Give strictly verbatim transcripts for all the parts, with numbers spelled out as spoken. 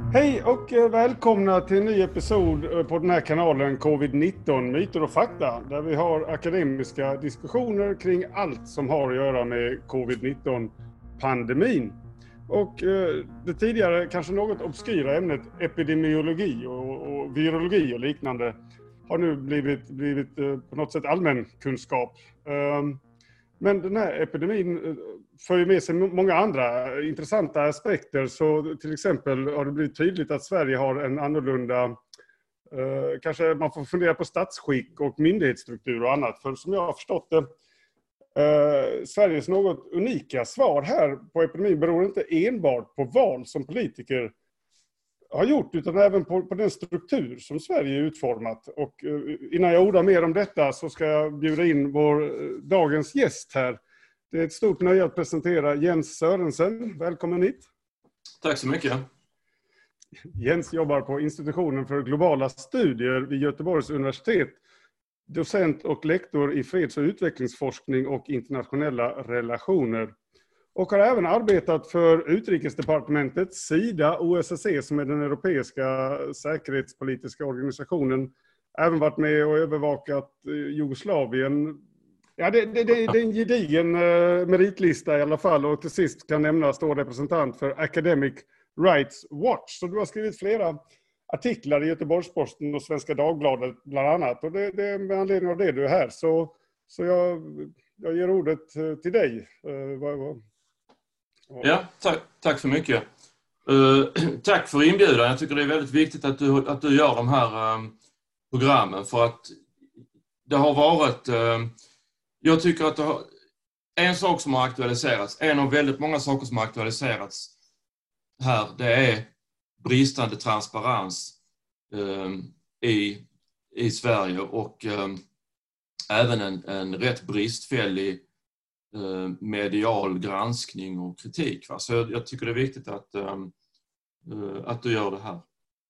Hej och välkomna till en ny episod på den här kanalen covid nitton, myter och fakta, där vi har akademiska diskussioner kring allt som har att göra med covid nitton-pandemin. Och det tidigare kanske något obskyra ämnet epidemiologi och, och virologi och liknande har nu blivit, blivit på något sätt allmän kunskap. Men den här epidemin för ju med sig många andra intressanta aspekter. Så till exempel har det blivit tydligt att Sverige har en annorlunda, eh, kanske man får fundera på statsskick och myndighetsstruktur och annat. För som jag har förstått det, eh, Sveriges något unika svar här på epidemin beror inte enbart på val som politiker har gjort, utan även på, på den struktur som Sverige är utformat. Och eh, innan jag ordar mer om detta så ska jag bjuda in vår eh, dagens gäst här. Det är ett stort nöje att presentera Jens Sörensen. Välkommen hit. Tack så mycket. Jens jobbar på institutionen för globala studier vid Göteborgs universitet. Docent och lektor i freds- och utvecklingsforskning och internationella relationer. Och har även arbetat för Utrikesdepartementet, SIDA, O S S E som är den europeiska säkerhetspolitiska organisationen. Även varit med och övervakat Jugoslavien. Ja, det, det, det, det är en gedigen uh, meritlista i alla fall, och till sist kan nämnas då representant för Academic Rights Watch. Så du har skrivit flera artiklar i Göteborgs-Posten och Svenska Dagbladet bland annat, och det, det är med anledning av det du är här. Så, så jag, jag ger ordet till dig. Uh, vad, vad, vad. Ja, tack, tack så mycket. Uh, tack för inbjudan. Jag tycker det är väldigt viktigt att du, att du gör de här um, programmen, för att det har varit... Uh, Jag tycker att det har, en sak som har aktualiserats, en av väldigt många saker som har aktualiserats här, det är bristande transparens eh, i, i Sverige och eh, även en, en rätt bristfällig eh, medial granskning och kritik. Va? Så jag, jag tycker det är viktigt att, eh, att du gör det här.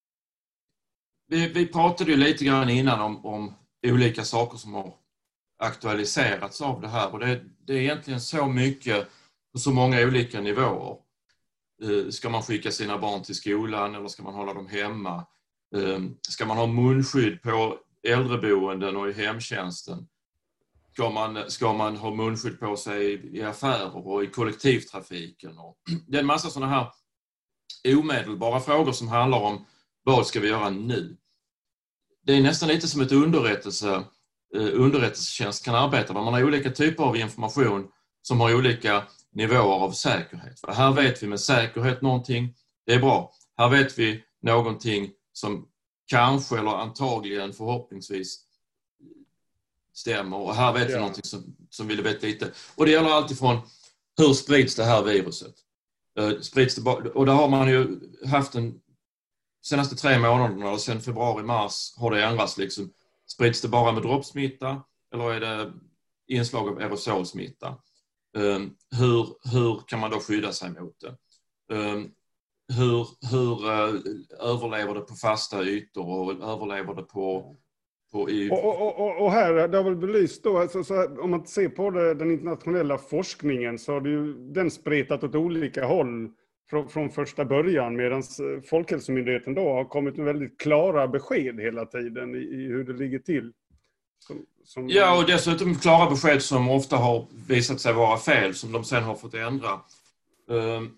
Vi, vi pratade ju lite grann innan om, om olika saker som har aktualiserats av det här, och det, det är egentligen så mycket på så många olika nivåer. Eh, ska man skicka sina barn till skolan eller ska man hålla dem hemma? Eh, ska man ha munskydd på äldreboenden och i hemtjänsten? Ska man, ska man ha munskydd på sig i affärer och i kollektivtrafiken? Och det är en massa sådana här omedelbara frågor som handlar om vad ska vi göra nu? Det är nästan lite som ett underrättelse underrättelsetjänst kan arbeta. Man har olika typer av information som har olika nivåer av säkerhet. För här vet vi med säkerhet någonting, det är bra. Här vet vi någonting som kanske eller antagligen förhoppningsvis stämmer. Och här vet ja. vi någonting som, som vi vet lite. Och det gäller alltid från hur sprids det här viruset? Uh, sprids det bara, och där har man ju haft en senaste tre månaderna, och sedan februari-mars har det ändrats liksom. Sprids det bara med droppsmitta eller är det inslag av aerosolsmitta? Um, hur, hur kan man då skydda sig mot det? Um, hur hur uh, överlever det på fasta ytor och överlever det på... på i... och, och, och, och här, det har väl belyst då, alltså, så här, om man ser på det, den internationella forskningen, så har det ju den spretat åt olika håll från, från första början, medan Folkhälsomyndigheten då har kommit med väldigt klara besked hela tiden i, i hur det ligger till. Som, som... Ja, och dessutom klara besked som ofta har visat sig vara fel, som de sen har fått ändra. Um,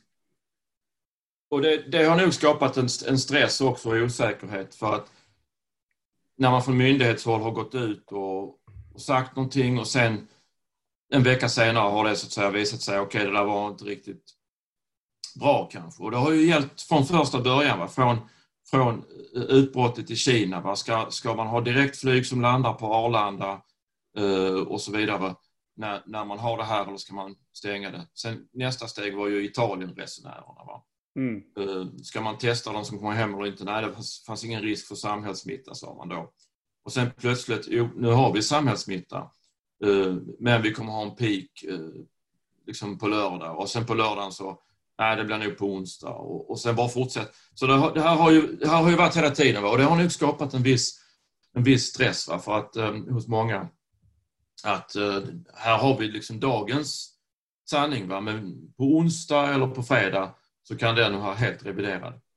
och det, det har nog skapat en, en stress också och osäkerhet, för att när man från myndighetshåll har gått ut och, och sagt någonting, och sen en vecka senare har det så att säga visat sig, okej, okay, det där var inte riktigt bra kanske. Och det har ju gällt från första början, va? Från, från utbrottet i Kina. Va? Ska, ska man ha direktflyg som landar på Arlanda eh, och så vidare när, när man har det här, eller ska man stänga det? Sen nästa steg var ju Italien-resenärerna. Va? Mm. Eh, ska man testa de som kommer hem eller inte? Nej, det fanns, fanns ingen risk för samhällssmitta, sa man då. Och sen plötsligt, jo, nu har vi samhällssmitta. Eh, men vi kommer ha en peak eh, liksom på lördag. Och sen på lördagen så nej, det blir nog på onsdag. Och, och sen bara fortsätt. Så det, har, det, här har ju, det här har ju varit hela tiden. Va? Och det har nog skapat en viss, en viss stress, va? För att, um, hos många. Att uh, här har vi liksom dagens sanning. Va? Men på onsdag eller på fredag så kan den ha helt reviderad.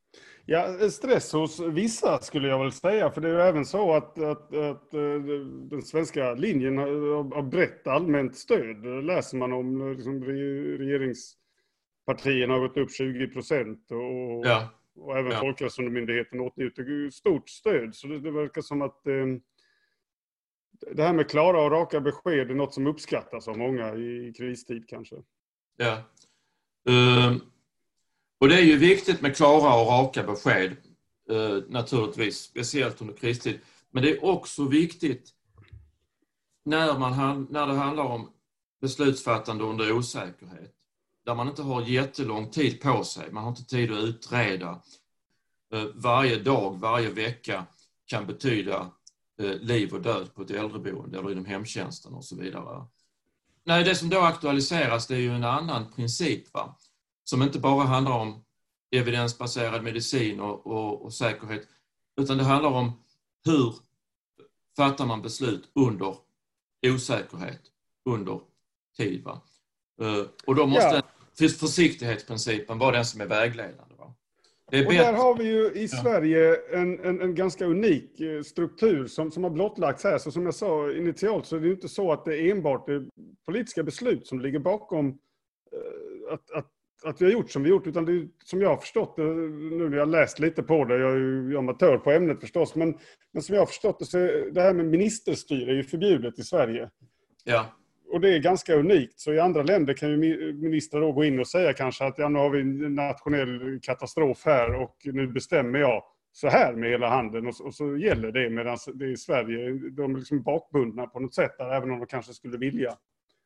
Ja, stress hos vissa skulle jag väl säga, för det är ju även så att, att, att den svenska linjen har brett allmänt stöd. Läser man om liksom, regeringspartierna har gått upp tjugo procent och, Ja. och även Ja. Folkhälsomyndigheten åtnjuter stort stöd. Så det, det verkar som att eh, det här med klara och raka besked är något som uppskattas av många i, i kristid kanske. Ja. Uh, och det är ju viktigt med klara och raka besked, uh, naturligtvis, speciellt under kristid. Men det är också viktigt när, man, när det handlar om beslutsfattande under osäkerhet. Där man inte har jättelång tid på sig. Man har inte tid att utreda. Uh, varje dag, varje vecka kan betyda uh, liv och död på ett äldreboende eller inom hemtjänsten och så vidare. Nej, det som då aktualiseras, det är ju en annan princip, va? Som inte bara handlar om evidensbaserad medicin och, och, och säkerhet, utan det handlar om hur fattar man beslut under osäkerhet, under tid. Va? Uh, och då måste ja. försiktighetsprincipen vara den som är vägledande. Va? Det är och där har vi ju i Sverige en, en, en ganska unik struktur som, som har blottlagts här. Så som jag sa initialt så är det inte så att det är enbart är politiska beslut som ligger bakom uh, att, att, att vi har gjort som vi gjort. Utan det är, som jag har förstått det, nu när jag har läst lite på det, jag är ju amatör på ämnet förstås, men, men som jag har förstått det så är det här med ministerstyre är ju förbjudet i Sverige. Ja. Och det är ganska unikt. Så i andra länder kan ju ministrar då gå in och säga kanske att ja, nu har vi en nationell katastrof här och nu bestämmer jag så här med hela handen. Och, och så gäller det, medan det i Sverige, de är liksom bakbundna på något sätt där, även om de kanske skulle vilja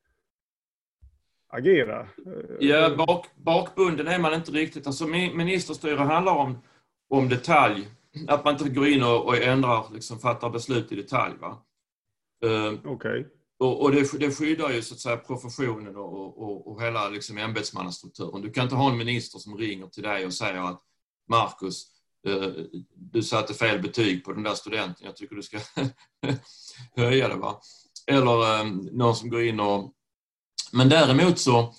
agera. Ja, bak, bakbunden är man inte riktigt. Alltså ministerstyre handlar om, om detalj. Att man inte går in och, och ändrar, liksom fattar beslut i detalj. Va? Uh, Okej. Okay. Och, och det, det skyddar ju så att säga professionen och, och, och hela liksom ämbetsmannastrukturen. Du kan inte ha en minister som ringer till dig och säger att Marcus, eh, du satte fel betyg på den där studenten. Jag tycker du ska höja det, va? Eller eh, någon som går in och... Men däremot så,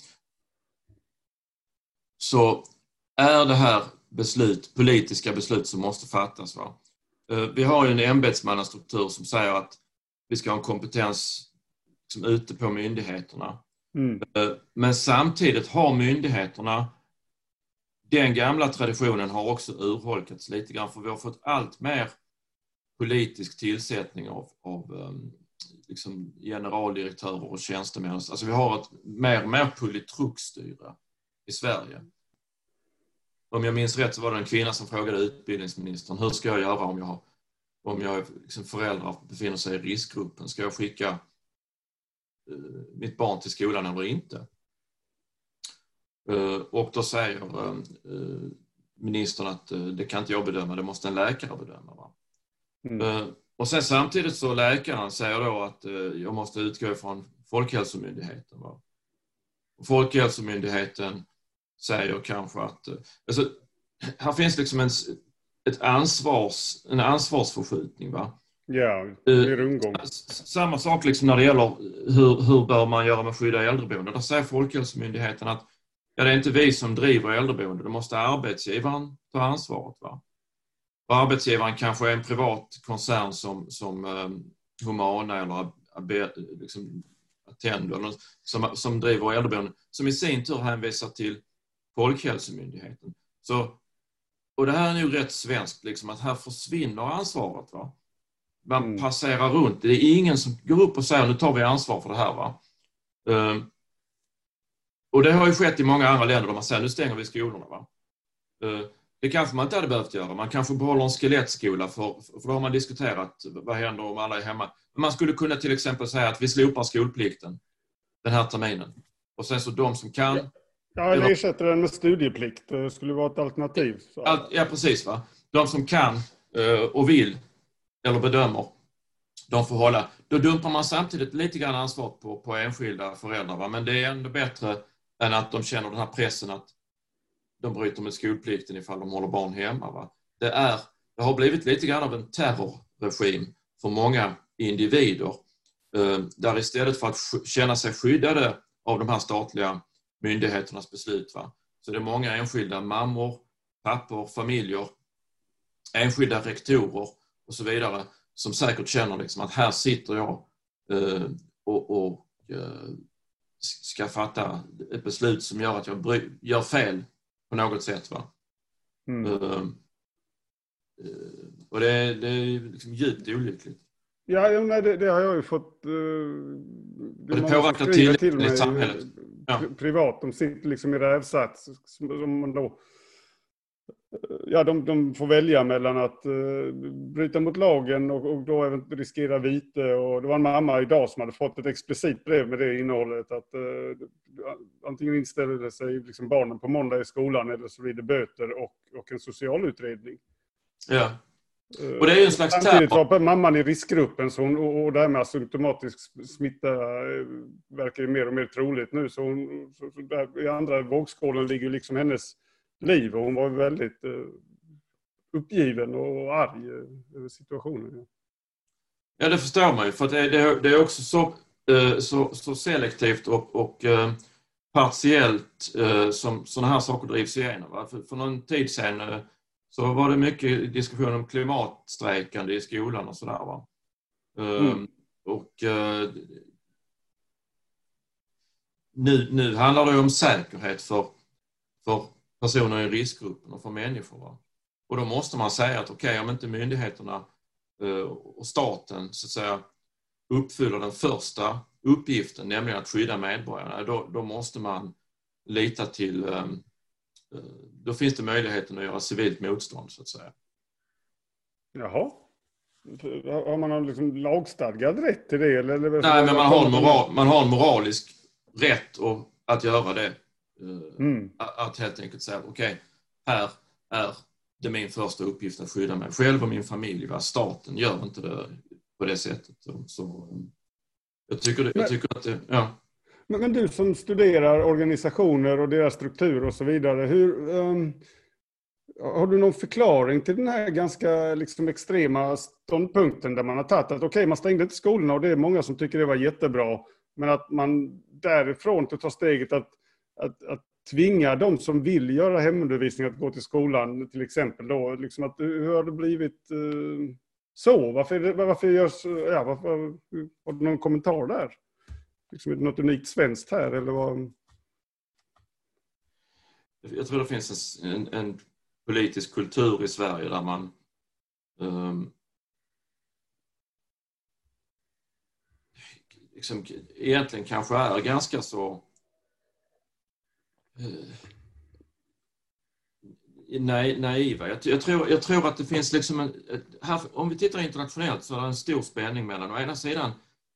så är det här beslut, politiska beslut som måste fattas. Va? Eh, vi har ju en ämbetsmannastruktur som säger att vi ska ha en kompetens som ute på myndigheterna. Mm. Men samtidigt har myndigheterna, den gamla traditionen har också urholkats lite grann, för vi har fått allt mer politisk tillsättning av, av liksom generaldirektörer och tjänstemän. Alltså vi har ett mer och mer politruckstyre i Sverige. Om jag minns rätt så var det en kvinna som frågade utbildningsministern, hur ska jag göra om jag, om jag liksom föräldrar befinner sig i riskgruppen? Ska jag skicka mitt barn till skolan eller inte? Och då säger ministern att det kan inte jag bedöma, det måste en läkare bedöma. Va? Mm. Och sen samtidigt så läkaren säger då att jag måste utgå från Folkhälsomyndigheten. Va? Och Folkhälsomyndigheten säger kanske att alltså, här finns liksom en, ett ansvars, en ansvarsförskjutning, va? Ja, det är rundgång. Samma sak liksom när det gäller hur, hur bör man göra med skydda äldreboende. Där säger Folkhälsomyndigheten att ja, det är inte vi som driver äldreboende, det måste arbetsgivaren ta ansvaret. Va? Och arbetsgivaren kanske är en privat koncern som, som um, Humana eller Ab- liksom Attendo eller som, som driver äldreboende, som i sin tur hänvisar till Folkhälsomyndigheten. Så, och det här är ju rätt svenskt, liksom, att här försvinner ansvaret. Va? Man mm. passerar runt. Det är ingen som går upp och säger nu tar vi ansvar för det här. Va? Um, och det har ju skett i många andra länder där man säger nu stänger vi skolorna. Va? Uh, det kanske man inte hade behövt göra. Man kanske behåller en skelettskola för, för då har man diskuterat vad händer om alla är hemma. Men man skulle kunna till exempel säga att vi slopar skolplikten den här terminen. Och sen så de som kan... Ja, ja eller ersätter den med studieplikt. Det skulle vara ett alternativ. Så. Allt, ja, precis. Va? De som kan uh, och vill eller bedömer, de får hålla. Då dumpar man samtidigt lite grann ansvar på, på enskilda föräldrar. Va? Men det är ändå bättre än att de känner den här pressen att de bryter med skolplikten ifall de håller barn hemma. Va? Det, är, det har blivit lite grann av en terrorregim för många individer. Eh, där istället för att känna sig skyddade av de här statliga myndigheternas beslut. Va? Så det är många enskilda mammor, pappor, familjer enskilda rektorer och så vidare som säkert känner liksom att här sitter jag eh, och, och eh, ska fatta ett beslut som gör att jag bry, gör fel på något sätt. Va? Mm. Uh, uh, och det, det är liksom djupt olyckligt. Ja, nej, det, det har jag ju fått... Uh, det och det påverkar till, till mig, samhället. Ja. Privat, de sitter liksom i rävsats som man då... Ja, de, de får välja mellan att uh, bryta mot lagen och, och då även riskera vite. Och det var en mamma idag som hade fått ett explicit brev med det innehållet. Att uh, antingen inställde sig liksom barnen på måndag i skolan eller så blir det böter och, och en socialutredning. Ja. Och det är ju en slags samtidigt var mamman i riskgruppen så hon, och, och det här med asymptomatisk smitta uh, verkar ju mer och mer troligt nu. Så, hon, så, så där, i andra vågskålen ligger liksom hennes liv och hon var väldigt uh, uppgiven och arg uh, över situationen. Ja, det förstår man ju. För att det, det, det är också så, uh, så, så selektivt och, och uh, partiellt uh, som sådana här saker drivs igenom. Va? För, för någon tid sedan uh, så var det mycket diskussion om klimatstrejkande i skolan och sådär. Va? Uh, mm. Och uh, nu, nu handlar det om säkerhet för, för personer i riskgruppen och för människor. Va? Och då måste man säga att okej, okay, om inte myndigheterna uh, och staten så att säga uppfyller den första uppgiften, nämligen att skydda medborgarna, då, då måste man lita till, um, uh, då finns det möjligheten att göra civilt motstånd så att säga. Jaha. Har man någon liksom lagstadgad rätt till det? Eller, eller Nej, men man har, en moral, man har en moralisk rätt att, att göra det. Mm. Att, att helt enkelt säga, okej, okay, här är det min första uppgift att skydda mig själv och min familj. Va? Staten gör inte det på det sättet. Så, jag, tycker det, jag tycker att det, ja. Men, men du som studerar organisationer och deras struktur och så vidare, hur... Um... Har du någon förklaring till den här ganska liksom extrema ståndpunkten där man har tagit att okej, okay, man stängde inte skolorna och det är många som tycker det var jättebra, men att man därifrån tar steget att, att, att tvinga de som vill göra hemundervisning att gå till skolan till exempel då, liksom att hur har det blivit uh, så? Varför, det, varför görs, ja, varför, har du någon kommentar där? Liksom, är det något unikt svenskt här eller vad? Jag tror det finns en, en politisk kultur i Sverige där man um, liksom, egentligen kanske är ganska så uh, nej, naiva. Jag, jag, tror, jag tror att det finns liksom en, här, om vi tittar internationellt så är det en stor spänning mellan å ena sidan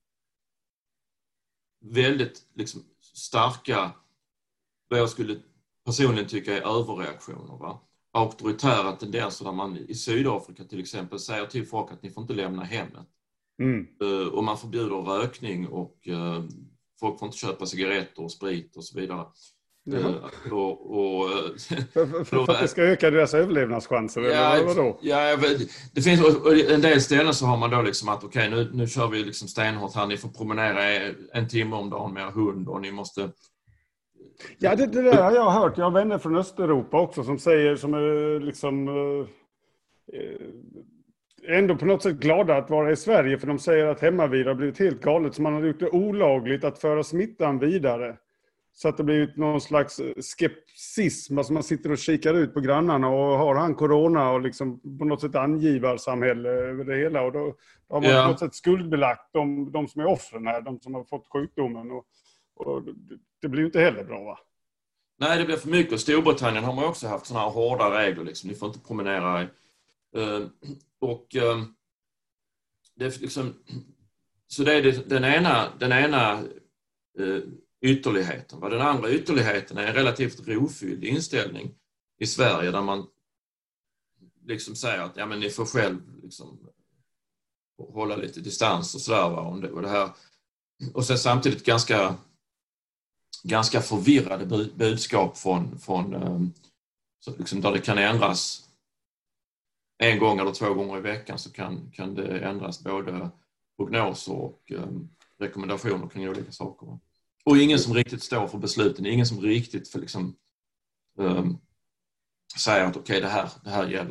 väldigt liksom, starka, vad jag skulle personligen tycka är överreaktioner, va? Auktoritära tendenser där man i Sydafrika till exempel säger till folk att ni får inte lämna hemmet. Mm. Uh, och man förbjuder rökning och uh, folk får inte köpa cigaretter och sprit och så vidare. Uh, och, och, för, för, för att det ska öka deras överlevnadschanser? Ja, eller vadå? Ja, det finns en del ställen så har man då liksom att okej, okay, nu, nu kör vi liksom stenhårt här. Ni får promenera en timme om dagen med er hund och ni måste... Ja, det, det där har jag hört. Jag har vänner från Östeuropa också som säger, som är liksom eh, ändå på något sätt glada att vara i Sverige, för de säger att hemmavid har blivit helt galet, så man har gjort det olagligt att föra smittan vidare. Så att det blivit någon slags skepsism, alltså man sitter och kikar ut på grannarna och har han corona och liksom på något sätt angivarsamhälle över det hela, och då har man ja. på något sätt skuldbelagt de, de som är offren här, de som har fått sjukdomen, och Och det blir ju inte heller bra, va? Nej, det blir för mycket. Och Storbritannien har man också haft såna här hårda regler. Liksom. Ni får inte promenera. Uh, och uh, det är liksom... Så det är det, den ena, den ena uh, ytterligheten. Va? Den andra ytterligheten är en relativt rofylld inställning i Sverige där man liksom säger att ja, men ni får själv liksom hålla lite distans och sådär, va? Om det, och det här. Och sen samtidigt ganska ganska förvirrade budskap från, från så liksom där det kan ändras en gång eller två gånger i veckan, så kan, kan det ändras både prognoser och um, rekommendationer kring olika saker. Och ingen som riktigt står för besluten, ingen som riktigt för liksom, um, säger att okej, okay, det, här, det här gäller.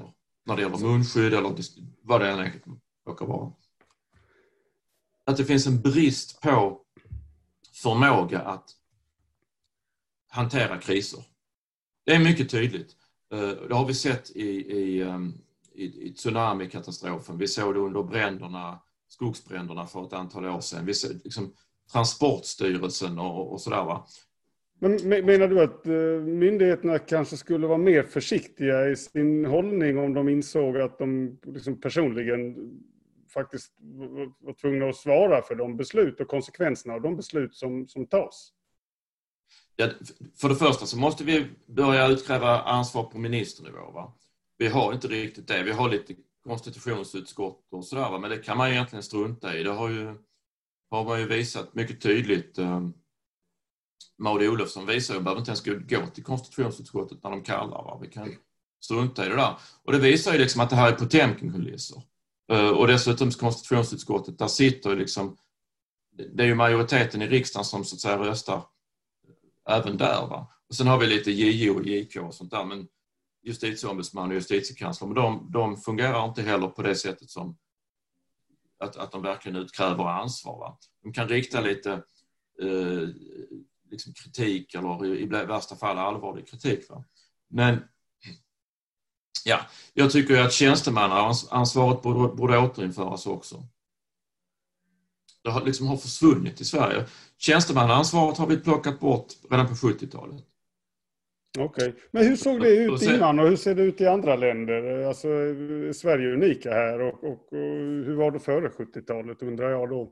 när det gäller munskydd eller vad det än är råkar vara. Att det finns en brist på förmåga att hantera kriser. Det är mycket tydligt. Det har vi sett i, i, i, i tsunamikatastrofen. Vi såg det under bränderna, skogsbränderna för ett antal år sedan. Vi såg liksom Transportstyrelsen och, och sådär va. Men menar du att myndigheterna kanske skulle vara mer försiktiga i sin hållning om de insåg att de liksom personligen faktiskt var tvungna att svara för de beslut och konsekvenserna av de beslut som, som tas? Ja, för det första så måste vi börja utkräva ansvar på ministernivå. Va? Vi har inte riktigt det. Vi har lite konstitutionsutskott och sådär. Va? Men det kan man egentligen strunta i. Det har, ju, har man ju visat mycket tydligt. Maud Olofsson visar ju att behöver inte ens gå till konstitutionsutskottet när de kallar. Va? Vi kan strunta i det där. Och det visar ju liksom att det här är Potemkinkulisser. Och dessutom konstitutionsutskottet, där sitter liksom, det är ju majoriteten i riksdagen som så att säga röstar även där. Va? Och sen har vi lite J O och J K och sånt där, men justitieombudsman och justitiekansler, men de, de fungerar inte heller på det sättet som att, att de verkligen utkräver ansvar. Va? De kan rikta lite eh, liksom kritik eller i, i värsta fall allvarlig kritik. Va? Men ja, jag tycker ju att tjänstemannaansvaret borde, borde återinföras också. Det har, liksom har försvunnit i Sverige. Tjänstemannaansvaret har vi plockat bort redan på sjuttiotalet. Okej, okay. Men hur såg det ut innan och hur ser det ut i andra länder? Alltså, Sverige är unika här och, och, och hur var det före sjuttiotalet undrar jag då?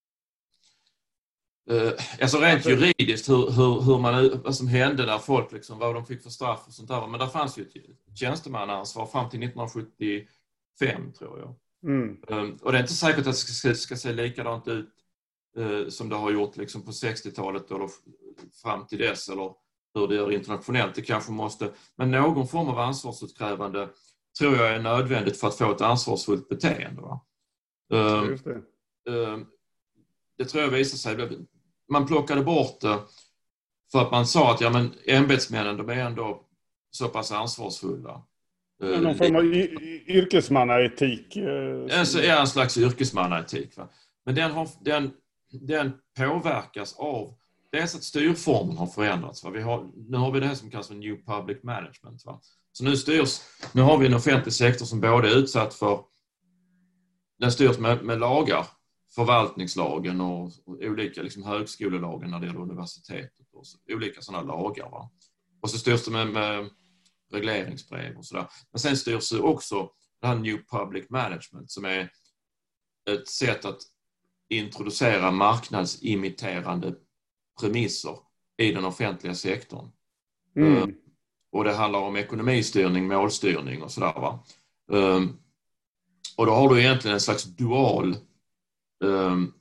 Uh, alltså rent juridiskt hur, hur, hur man, vad som hände när folk liksom, vad de fick för straff och sånt där. Men där fanns ju ett tjänstemannaansvar fram till nittonhundrasjuttiofem tror jag. Mm. Um, och det är inte säkert att det ska, ska se likadant ut uh, som det har gjort liksom på sextiotalet eller fram till dess eller hur det gör internationellt. Det kanske måste, men någon form av ansvarsutkrävande tror jag är nödvändigt för att få ett ansvarsfullt beteende. Va? Um, Just det. Um, det tror jag visar sig. Man plockade bort det för att man sa att ja, men ämbetsmännen de är ändå så pass ansvarsfulla. Ja, någon form av yrkesmannaetik. Alltså, ja, en slags yrkesmannaetik. Va? Men den, har, den, den påverkas av dels att styrformen har förändrats. Va? Vi har, nu har vi det här som kallas för New Public Management. Va? Så nu styrs, nu har vi en offentlig sektor som både är utsatt för, den styrs med, med lagar, förvaltningslagen och, och olika liksom, högskolelagen när det gäller universitetet och så, olika sådana lagar. Va? Och så styrs det med, med regleringsbrev och sådär. Men sen styrs det också det här New Public Management som är ett sätt att introducera marknadsimiterande premisser i den offentliga sektorn. Mm. Uh, och det handlar om ekonomistyrning, målstyrning och sådär. Va? Uh, och då har du egentligen en slags dual um,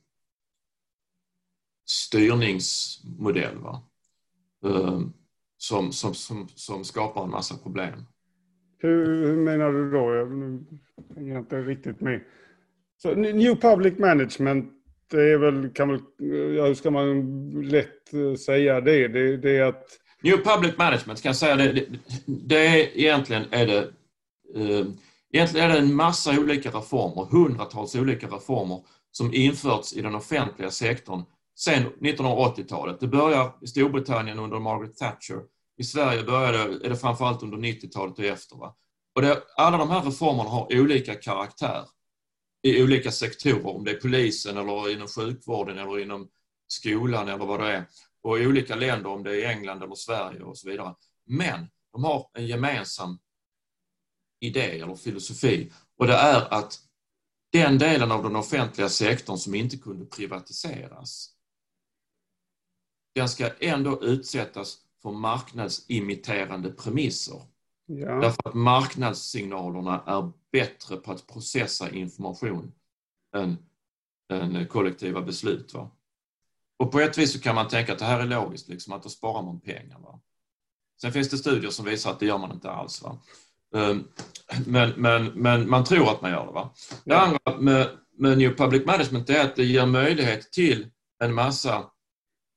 styrningsmodell. Va? Uh, som, som, som, som skapar en massa problem. Hur, hur menar du då? Jag hänger inte riktigt med. Så New Public Management, det är väl, kan väl, ja, hur ska man lätt säga det? Det, det är att... New Public Management kan jag säga, det, det, det är egentligen är det eh, egentligen är det en massa olika reformer, hundratals olika reformer som införts i den offentliga sektorn sedan nittonhundraåttiotalet. Det börjar i Storbritannien under Margaret Thatcher. I Sverige började är det framförallt under nittiotalet och efter. Va? Och det, alla de här reformerna har olika karaktär i olika sektorer, om det är polisen eller inom sjukvården eller inom skolan eller vad det är. Och i olika länder, om det är England eller Sverige och så vidare. Men de har en gemensam idé eller filosofi. Och det är att den delen av den offentliga sektorn som inte kunde privatiseras, den ska ändå utsättas för marknadsimiterande premisser. Ja. Därför att marknadssignalerna är bättre på att processa information än, än kollektiva beslut. Va? Och på ett vis så kan man tänka att det här är logiskt, liksom, att då sparar man pengar. Va? Sen finns det studier som visar att det gör man inte alls. Va? Men, men, men man tror att man gör det. Va? Det ja. andra med, med New Public Management är att det ger möjlighet till en massa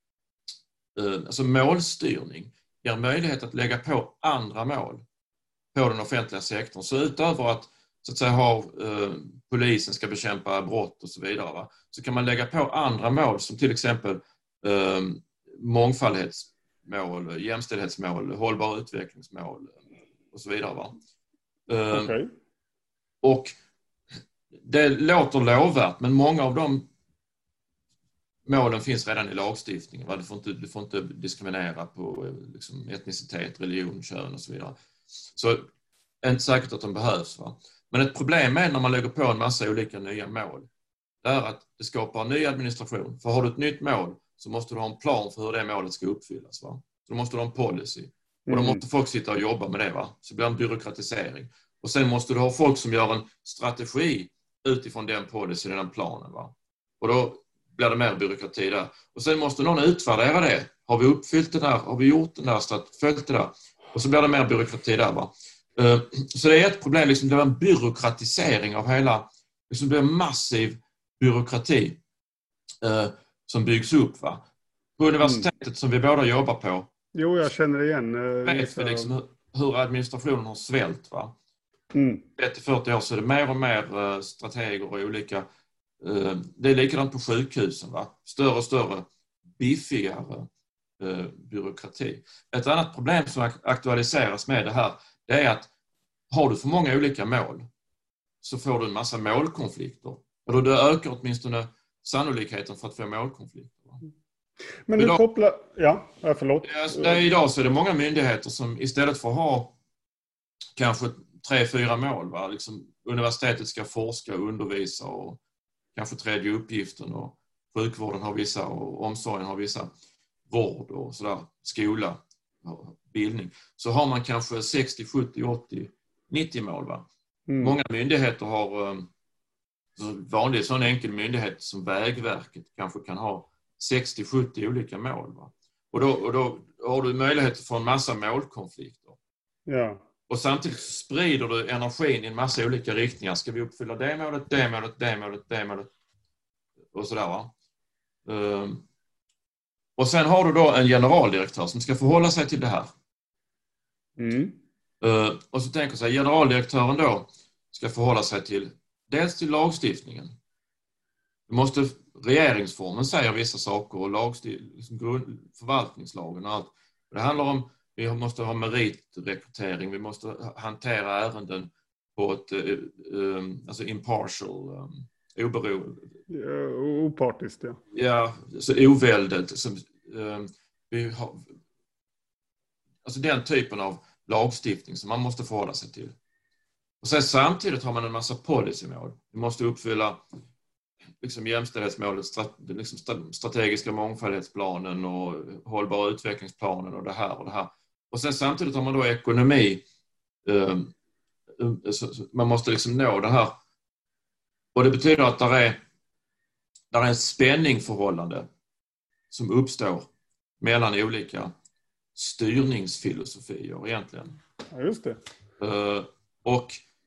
alltså målstyrning. Ger möjlighet att lägga på andra mål på den offentliga sektorn. Så utöver att, så att säga, ha, eh, polisen ska bekämpa brott och så vidare, va? Så kan man lägga på andra mål som till exempel eh, mångfaldighetsmål, jämställdhetsmål, hållbara utvecklingsmål och så vidare. Va? Eh, okay. Och det låter lovvärt, men många av de målen finns redan i lagstiftningen. Va? Du får inte, du får inte diskriminera på liksom, etnicitet, religion, kön och så vidare. Så det är inte säkert att de behövs. Va? Men ett problem är när man lägger på en massa olika nya mål. Det är att det skapar ny administration. För har du ett nytt mål så måste du ha en plan för hur det målet ska uppfyllas. Va? Så då måste du ha en policy. Och då måste folk sitta och jobba med det. Va? Så det blir en byråkratisering. Och sen måste du ha folk som gör en strategi utifrån den policy, den planen. Va? Och då blir det mer byråkrati där. Och sen måste någon utvärdera det. Har vi uppfyllt det där? Har vi gjort den där? Följt det där? Och så blir det mer byråkrati där. Va? Så det är ett problem. Liksom, det är en byråkratisering av hela... Liksom, det är en massiv byråkrati eh, som byggs upp. Va? På universitetet mm. som vi båda jobbar på. Jo, jag känner igen. Eh, vet vi liksom hur, hur administrationen har svält. Va? Mm. trettio till fyrtio år så är det mer och mer eh, strateger och olika. Eh, det är likadant på sjukhusen. Va? Större och större, biffigare eh, byråkrati. Ett annat problem som aktualiseras med det här, det är att har du för många olika mål så får du en massa målkonflikter. Och då ökar åtminstone sannolikheten för att få målkonflikter. Va? Men du kopplar... Ja, förlåt. Ja, idag så är det många myndigheter som istället för att ha kanske tre, fyra mål. Va? Liksom, universitetet ska forska och undervisa och kanske tredje uppgiften och sjukvården har vissa och omsorgen har vissa, vård och sådär, skola, bildning. Så har man kanske sextio, sjuttio, åttio, nittio mål. Va? Mm. Många myndigheter har, vanlig sån enkel myndighet som Vägverket kanske kan ha sextio, sjuttio olika mål. Va? Och, då, och då har du möjlighet att få en massa målkonflikter. Ja. Och samtidigt sprider du energin i en massa olika riktningar. Ska vi uppfylla det målet, det målet, det målet, det målet och sådär. Va? Um, och sen har du då en generaldirektör som ska förhålla sig till det här. Mm. Uh, och så tänker sig generaldirektören då ska förhålla sig till dels till lagstiftningen. Du måste, regeringsformen säger vissa saker och lagstiftning, liksom grund, förvaltningslagen och allt. Det handlar om vi måste ha meritrekrytering, vi måste hantera ärenden på ett um, alltså impartial, um, oberoende. Ja, opartiskt, ja. Ja, så oväldigt. Som, um, vi har, alltså den typen av lagstiftning som man måste förhålla sig till. Och sen samtidigt har man en massa policymål. Vi måste uppfylla liksom jämställdhetsmålet, strat, liksom strategiska mångfaldighetsplanen och hållbara utvecklingsplanen och det här och det här. Och sen samtidigt har man då ekonomi. Um, så, så man måste liksom nå det här. Och det betyder att där är, där är en spänningsförhållande som uppstår mellan olika styrningsfilosofier egentligen. Ja, just det. Uh, och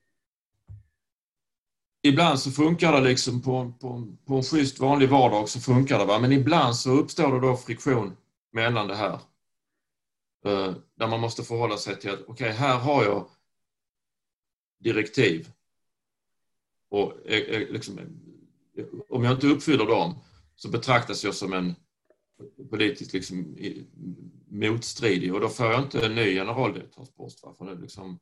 ibland så funkar det liksom på, på, på en schysst vanlig vardag så funkar det, va? Men ibland så uppstår det då friktion mellan det här. Uh, där man måste förhålla sig till att okej, okay, här har jag direktiv. Och är, är, liksom, om jag inte uppfyller dem så betraktas jag som en politiskt liksom, motstridig och då får jag inte en ny generaldirektörspost. Va? För det liksom...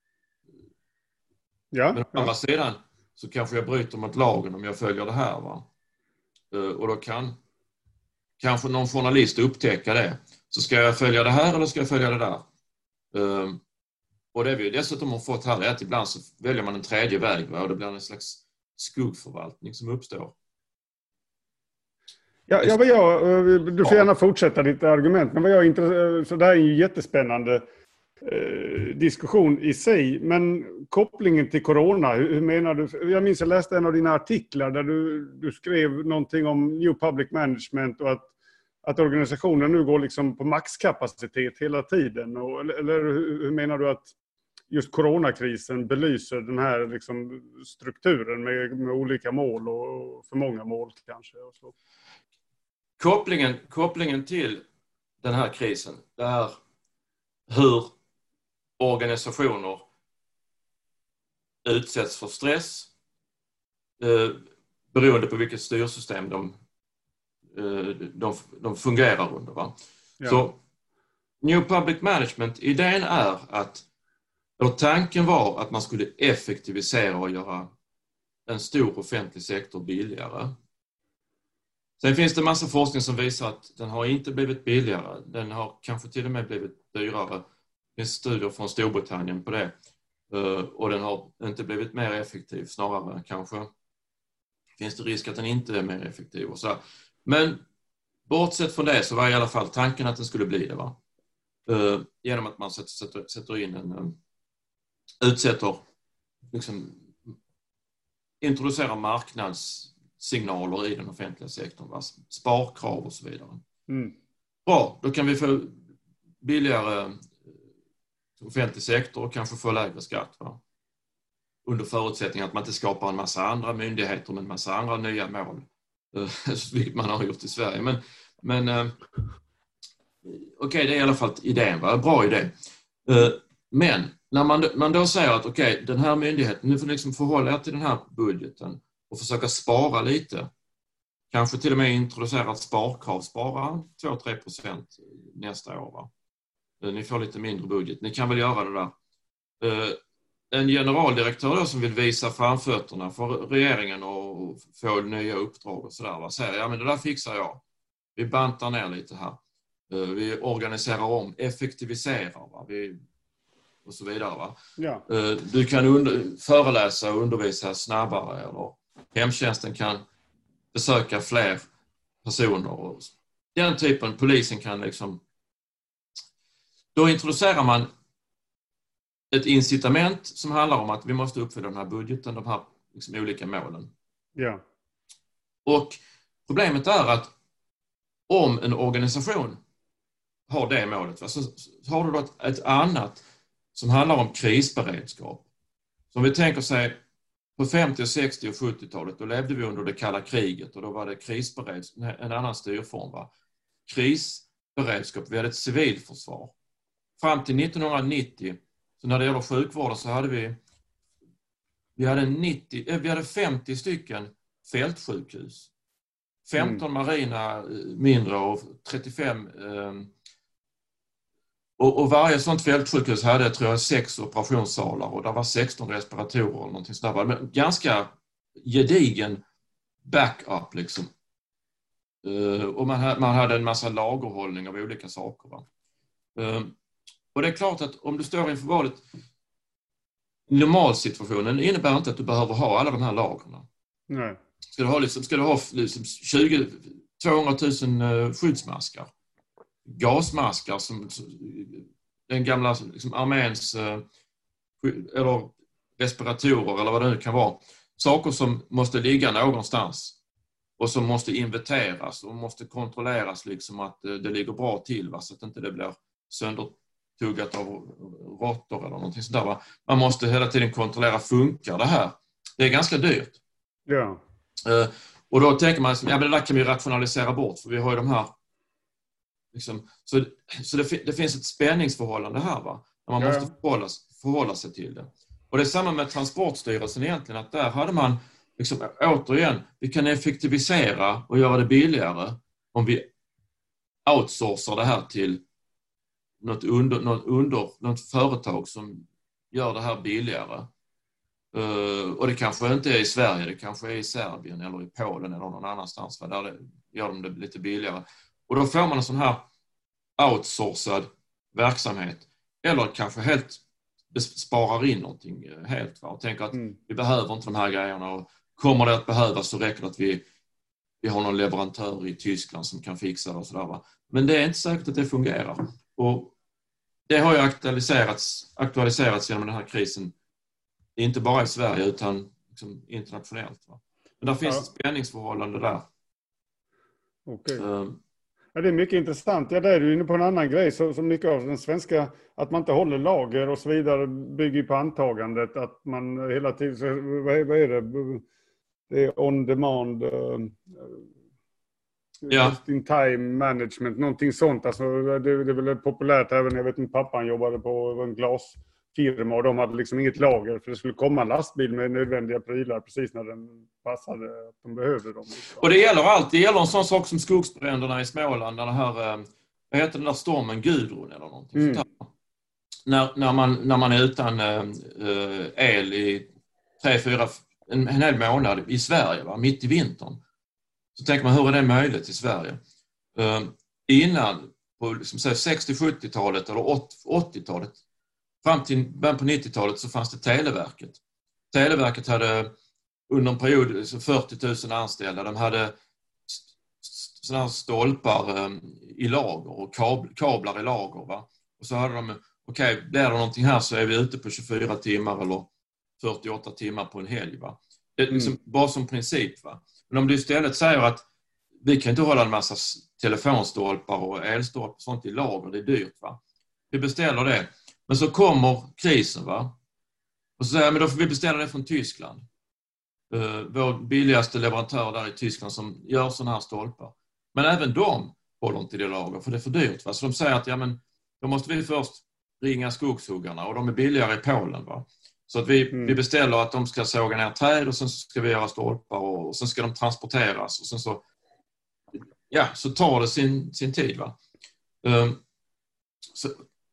ja, Men å andra ja. sidan så kanske jag bryter mot lagen om jag följer det här. Va? Och då kan kanske någon journalist upptäcka det. Så ska jag följa det här eller ska jag följa det där? Och det vi dessutom har fått här är att ibland så väljer man en tredje väg, va? Och det blir en slags skuggförvaltning som uppstår. Ja, ja, vad jag, du får gärna fortsätta ditt argument, men vad jag är så det här är ju jättespännande eh, diskussion i sig, men kopplingen till corona, hur, hur menar du? Jag minns jag läste en av dina artiklar där du, du skrev någonting om New Public Management och att, att organisationen nu går liksom på maxkapacitet hela tiden. Och, eller eller hur, hur menar du att just coronakrisen belyser den här liksom strukturen med, med olika mål och för många mål kanske? Och så. Kopplingen, kopplingen till den här krisen, det är hur organisationer utsätts för stress eh, beroende på vilket styrsystem de, eh, de, de fungerar under. Va? Ja. Så New Public Management, idén är att, och tanken var att man skulle effektivisera och göra en stor offentlig sektor billigare. Sen finns det massa forskning som visar att den har inte blivit billigare. Den har kanske till och med blivit dyrare. Det finns studier från Storbritannien på det. Och den har inte blivit mer effektiv, snarare kanske finns det risk att den inte är mer effektiv. Och så. Men bortsett från det så var i alla fall tanken att den skulle bli det. Va? Genom att man sätter, sätter, sätter in en utsätter liksom introducerar marknadssignaler i den offentliga sektorn, va? Sparkrav och så vidare. Mm. Bra, då kan vi få billigare offentlig sektor och kanske få lägre skatt. Va? Under förutsättning att man inte skapar en massa andra myndigheter med en massa andra nya mål. Vilket man har gjort i Sverige. Men, men eh, okej, okay, det är i alla fall idén. Va? Bra idé. Eh, men när man, man då säger att okej, okay, den här myndigheten, nu får ni liksom förhålla er till den här budgeten och försöka spara lite. Kanske till och med introducera ett sparkrav, spara två till tre procent nästa år. Va? Ni får lite mindre budget. Ni kan väl göra det där. En generaldirektör då som vill visa framfötterna för regeringen och få nya uppdrag och sådär. Va? Säger, ja men det där fixar jag. Vi bantar ner lite här. Vi organiserar om, effektiviserar. Va? Vi, och så vidare. Va? Ja. Du kan under, föreläsa och undervisa snabbare. Eller hemtjänsten kan besöka fler personer. Och den typen, polisen kan liksom... Då introducerar man ett incitament som handlar om att vi måste uppfylla den här budgeten, de här liksom olika målen. Ja. Och problemet är att om en organisation har det målet, va, så, så har du då ett, ett annat som handlar om krisberedskap. Som vi tänker sig på femtio-, sextio- och sjuttiotalet, då levde vi under det kalla kriget och då var det krisberedskap, en annan styrform. Va? Krisberedskap, vi hade ett civilförsvar. Fram till nittonhundranittio, så när det gäller sjukvården så hade vi vi hade, nittio, vi hade femtio stycken fältsjukhus. femton mm. marina mindre och trettiofem eh, och, och varje sånt fältsjukhus hade, tror jag, sex operationssalar och där var sexton respiratorer och någonting sådär. Men ganska gedigen backup liksom. Uh, och man hade, man hade en massa lagerhållning av olika saker. Va? Uh, och det är klart att om du står inför valet, normalsituationen innebär inte att du behöver ha alla de här lagren. Nej. Ska du ha, liksom, ska du ha liksom tjugo till tvåhundratusen uh, skyddsmaskar? Gasmaskar som den gamla liksom, arméns uh, eller respiratorer eller vad det nu kan vara. Saker som måste ligga någonstans och som måste inventeras och måste kontrolleras liksom att uh, det ligger bra till, va? Så att inte det blir söndertuggat av råttor eller någonting sådär. Va? Man måste hela tiden kontrollera, funkar det här? Det är ganska dyrt. Ja. Uh, och då tänker man, ja men det där kan vi rationalisera bort för vi har ju de här liksom, så, så det, det finns ett spänningsförhållande här, va? Där man ja. måste förhålla, förhålla sig till det. Och det är samma med Transportstyrelsen egentligen, att där hade man liksom, återigen, vi kan effektivisera och göra det billigare om vi outsourcar det här till något, under, något, under, något företag som gör det här billigare. Uh, och det kanske inte är i Sverige, det kanske är i Serbien eller i Polen eller någon annanstans, va? Där det, gör de det lite billigare. Och då får man en sån här outsourcad verksamhet. Eller kanske helt sparar in någonting helt. Va? Och tänker att mm. vi behöver inte de här grejerna. Och kommer det att behövas så räcker det att vi, vi har någon leverantör i Tyskland som kan fixa det och sådär. Va? Men det är inte säkert att det fungerar. Och det har ju aktualiserats, aktualiserats genom den här krisen. Inte bara i Sverige utan liksom internationellt. Va? Men där finns ja. ett spänningsförhållande där. Okej. Okay. Um, Ja, det är mycket intressant. Ja, där är du inne på en annan grej som, som mycket av den svenska, att man inte håller lager och så vidare, bygger på antagandet att man hela tiden, så, vad, vad är det? Det är on demand, uh, ja. just in time management, någonting sånt. Alltså, det, det är väl populärt även, jag vet inte, pappan jobbade på en glas, firma och de hade liksom inget lager för det skulle komma en lastbil med nödvändiga prylar precis när den passade att de behövde dem. Och det gäller allt. Det gäller en sån sak som skogsbränderna i Småland, när det här, vad heter den där stormen, Gudrun eller någonting Mm. sånt här. När, när, man, när man är utan uh, el i tre, fyra, en, en hel månad i Sverige, va? Mitt i vintern. Så tänker man, hur är det möjligt i Sverige? Uh, innan, på liksom, sextio-sjuttiotalet eller åttiotalet, fram till början på nittiotalet så fanns det Televerket. Televerket hade under en period så fyrtio tusen anställda. De hade sådana här stolpar eh, i lager och kab- kablar i lager. Va? Och så hade de, okej, okay, blir det någonting här så är vi ute på tjugofyra timmar eller fyrtioåtta timmar på en helg. Va? Det är liksom mm. bara som princip. Va? Men om du istället säger att vi kan inte hålla en massa telefonstolpar och elstolpar och sånt i lager, det är dyrt. Va? Vi beställer det. Men så kommer krisen, va? Och så säger jag, men då får vi beställa det från Tyskland. Uh, vår billigaste leverantör där i Tyskland som gör sådana här stolpar. Men även de håller inte det lager för det är för dyrt. Va? Så de säger att ja, men, då måste vi först ringa skogshuggarna och de är billigare i Polen. Va? Så att vi, mm. vi beställer att de ska såga ner träd och sen ska vi göra stolpar och, och sen ska de transporteras och sen så, ja, så tar det sin, sin tid. Va? Uh, så,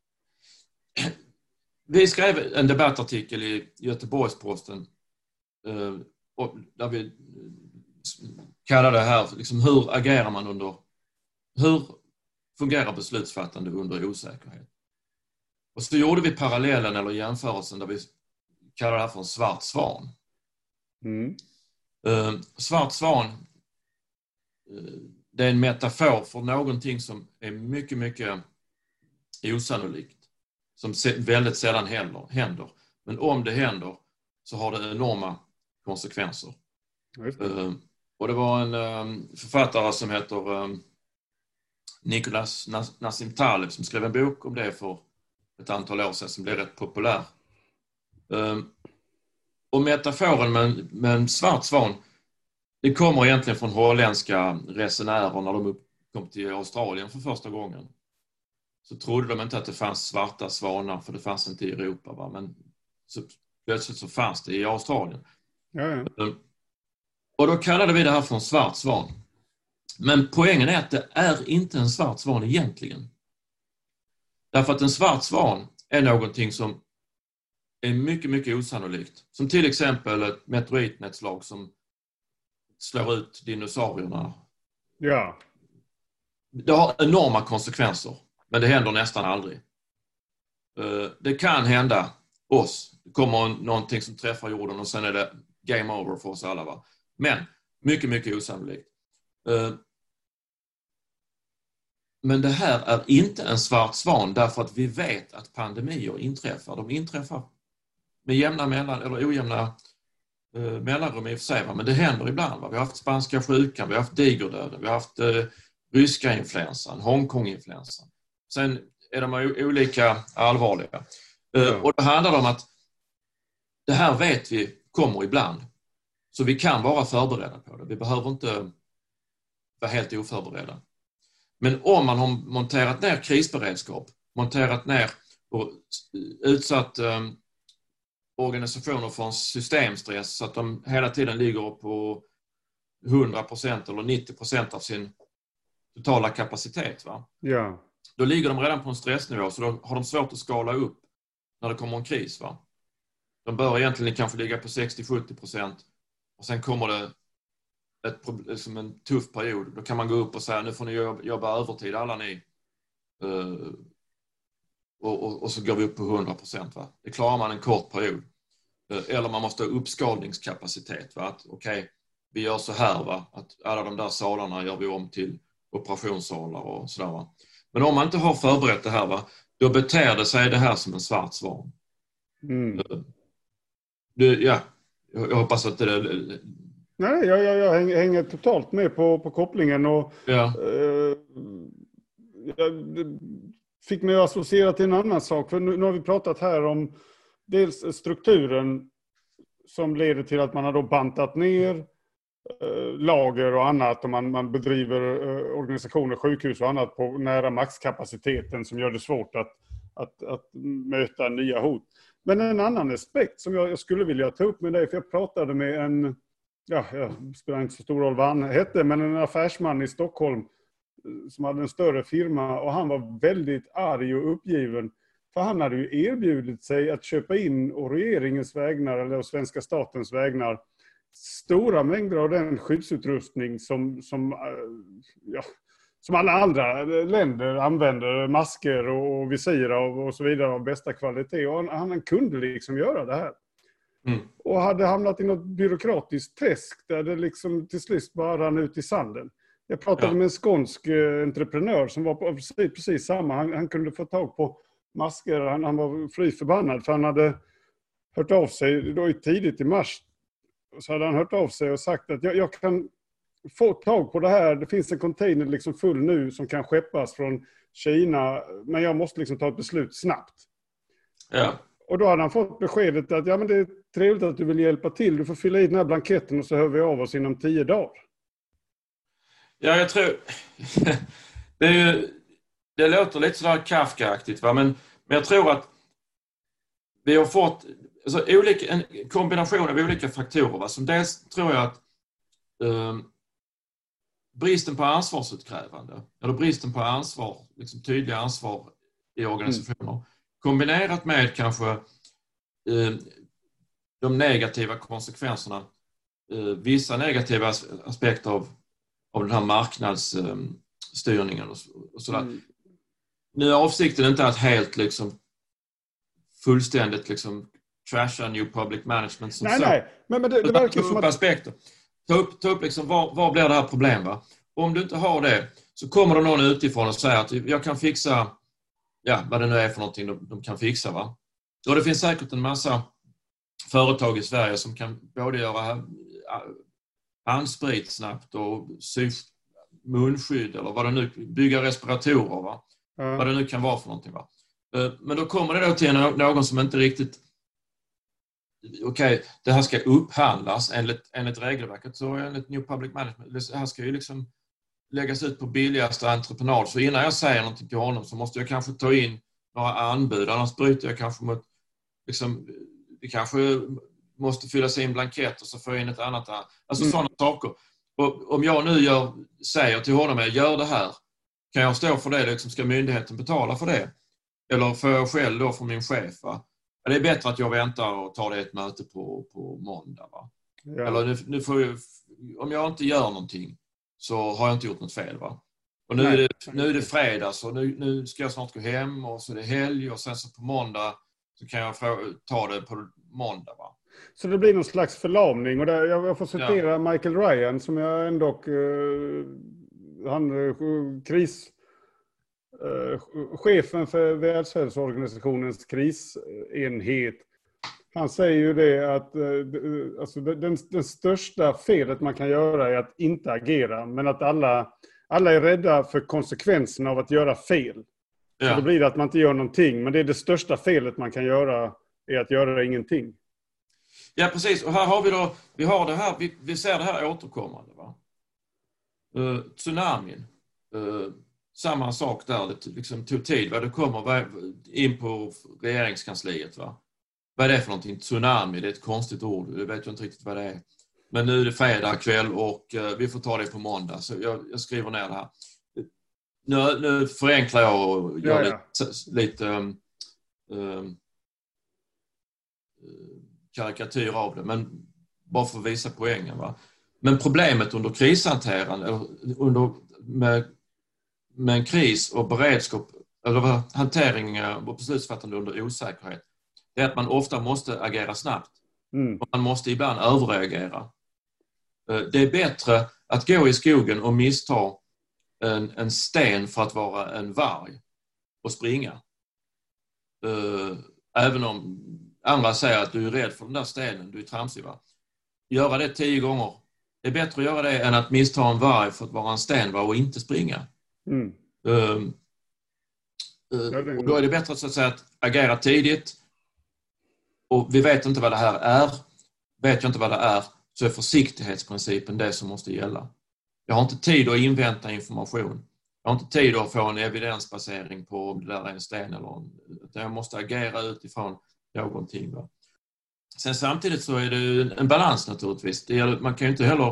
vi skrev en debattartikel i Göteborgs-Posten eh, där vi kallar det här liksom, hur agerar man under, hur fungerar beslutsfattande under osäkerhet? Och så gjorde vi parallellen eller jämförelsen där vi kallar det här för en svart svan. Mm. Eh, svart svan, eh, det är en metafor för någonting som är mycket, mycket osannolikt. Som väldigt sällan händer. Men om det händer så har det enorma konsekvenser. Uh, och det var en um, författare som heter um, Nicholas Nassim Taleb som skrev en bok om det för ett antal år sedan som blev rätt populär. Um, och metaforen med, med en svart svan, det kommer egentligen från holländska resenärer när de kom till Australien för första gången. Så trodde de inte att det fanns svarta svanar för det fanns inte i Europa. Va? Men så, plötsligt så fanns det i Australien. Ja, ja. Och då kallade vi det här för en svart svan. Men poängen är att det är inte en svart svan egentligen. Därför att en svart svan är någonting som är mycket, mycket osannolikt. Som till exempel ett meteoritnedslag som slår ut dinosaurierna. Ja. Det har enorma konsekvenser. Men det händer nästan aldrig. Det kan hända oss. Det kommer någonting som träffar jorden och sen är det game over för oss alla. Va? Men mycket, mycket osannolikt. Men det här är inte en svart svan därför att vi vet att pandemier inträffar. De inträffar med jämna mellan, eller ojämna mellanrum i och för sig. Va? Men det händer ibland. Va? Vi har haft spanska sjukan, vi har haft digerdöden, vi har haft eh, ryska influensan, Hongkong-influensan. Sen är de olika allvarliga. Ja. Och det handlar om att det här vet vi kommer ibland. Så vi kan vara förberedda på det. Vi behöver inte vara helt oförberedda. Men om man har monterat ner krisberedskap, monterat ner och utsatt um, organisationer för en systemstress så att de hela tiden ligger på hundra procent eller nittio procent av sin totala kapacitet. Va? Ja. Då ligger de redan på en stressnivå så då har de svårt att skala upp när det kommer en kris. Va? De bör egentligen kanske ligga på sextio till sjuttio procent och sen kommer det ett, liksom en tuff period. Då kan man gå upp och säga nu får ni jobba övertid alla ni. Uh, och, och, och så går vi upp på hundra procent. Va? Det klarar man en kort period. Uh, eller man måste ha uppskalningskapacitet. Va? Att okej, okay, vi gör så här. Va? Att alla de där salarna gör vi om till operationssalar och sådär. Va? Men om man inte har förberett det här, va, då beter det sig det här som en svart svan. Mm. Det, ja, jag hoppas att det... Nej, jag, jag, jag hänger totalt med på, på kopplingen. Och, ja. eh, jag fick mig associera till en annan sak. För nu, nu har vi pratat här om dels strukturen som leder till att man har då bantat ner lager och annat och man, man bedriver eh, organisationer, sjukhus och annat på nära maxkapaciteten som gör det svårt att, att, att möta nya hot. Men en annan aspekt som jag, jag skulle vilja ta upp med dig, för jag pratade med en, ja, det spelar inte så stor roll vad han hette, men en affärsman i Stockholm som hade en större firma, och han var väldigt arg och uppgiven. För han hade ju erbjudit sig att köpa in å regeringens vägnar eller å svenska statens vägnar stora mängder av den skyddsutrustning som, som, ja, som alla andra länder använder, masker och visir och, och så vidare av bästa kvalitet. Och han, han kunde liksom göra det här. Mm. Och hade hamnat i något byråkratiskt träsk där det liksom till slut bara rann ut i sanden. Jag pratade ja. med en skånsk eh, entreprenör som var på precis, precis samma. Han, han kunde få tag på masker. Han, han var fly förbannad för han hade hört av sig då tidigt i mars. Så hade han hört av sig och sagt att jag, jag kan få tag på det här. Det finns en container liksom full nu som kan skeppas från Kina. Men jag måste liksom ta ett beslut snabbt. Ja. Och då hade han fått beskedet att ja, men det är trevligt att du vill hjälpa till. Du får fylla i den här blanketten och så hör vi av oss inom tio dagar. Ja, jag tror... det, är ju, det låter lite sådär Kafka-aktigt, va? Men, men jag tror att vi har fått alltså, olika, en kombination av olika faktorer. Va? Som dels tror jag att um, bristen på ansvarsutkrävande, eller bristen på ansvar, liksom tydliga ansvar i organisationer, mm. kombinerat med kanske um, de negativa konsekvenserna, uh, vissa negativa aspekter av av den här marknadsstyrningen och, och sådär. Mm. Nu är avsikten inte att helt liksom fullständigt liksom trasha New Public Management som nej, så. Nej, men, men det, det verkar ta som upp att... aspekter. Ta upp, ta upp liksom, var, var blir det här problem, va? Om du inte har det så kommer det någon utifrån och säger att jag kan fixa, ja, vad det nu är för någonting de, de kan fixa, va? Och det finns säkert en massa företag i Sverige som kan både göra handsprit snabbt och sy munskydd eller vad det nu, bygga respiratorer, va? Mm. Vad det nu kan vara för någonting, va? Men då kommer det då till någon som inte riktigt okej, okay, det här ska upphandlas enligt, enligt regelverket, så enligt New Public Management, det här ska ju liksom läggas ut på billigaste entreprenad, så innan jag säger någonting till honom så måste jag kanske ta in några anbud, annars bryter jag kanske mot liksom, det kanske måste fyllas in blankett och så får jag in ett annat. Alltså mm. sådana saker. Och om jag nu gör, säger till honom att gör det här, kan jag stå för det? Liksom, ska myndigheten betala för det? Eller får jag själv då för min chef? Va? Det är bättre att jag väntar och tar det ett möte på, på måndag. Va? Ja. Eller nu, nu får jag, om jag inte gör någonting så har jag inte gjort något fel. Va? Och nu, är det, nu är det fredag, så nu, nu ska jag snart gå hem och så är det helg och sen så på måndag så kan jag få, ta det på måndag. Va? Så det blir någon slags förlamning. Och där, jag får citera ja. Michael Ryan som jag ändå uh, han uh, kris uh, chefen för Världshälsoorganisationens krisenhet. Han säger ju det att uh, alltså den, den största felet man kan göra är att inte agera, men att alla alla är rädda för konsekvenserna av att göra fel. Ja. Så då blir det att man inte gör någonting, men det är det största felet man kan göra är att göra ingenting. Ja, precis. Och här har vi då, vi har det här, vi, vi ser det här återkommande, va? Uh, tsunamin. Uh, samma sak där, det liksom tog tid, va? Det kommer in på regeringskansliet, va? Vad är det för någonting? Tsunami, det är ett konstigt ord, jag vet ju inte riktigt vad det är. Men nu är det fredag kväll och uh, vi får ta det på måndag, så jag, jag skriver ner det här. Nu, nu förenklar jag och gör ja, ja. lite, lite um, um, karikatyr av det, men bara för att visa poängen, va? Men problemet under krishanterande eller under med, med en kris och beredskap eller hantering och beslutsfattande under osäkerhet, det är att man ofta måste agera snabbt. Mm. Och man måste ibland överreagera. Det är bättre att gå i skogen och missta en, en sten för att vara en varg och springa. Även om andra säger att du är rädd för den där stenen, du är tramsig, va? Göra det tio gånger. Det är bättre att göra det än att missta en varg för att vara en sten, va? Och inte springa. Mm. Um, uh, och då är det bättre så att, säga, att agera tidigt. Och vi vet inte vad det här är. Vet jag inte vad det är, så är försiktighetsprincipen det som måste gälla. Jag har inte tid att invänta information. Jag har inte tid att få en evidensbasering på om det där är en sten eller en, utan jag måste agera utifrån någonting. Va? Sen samtidigt så är det en balans naturligtvis. Det är, man kan ju inte heller...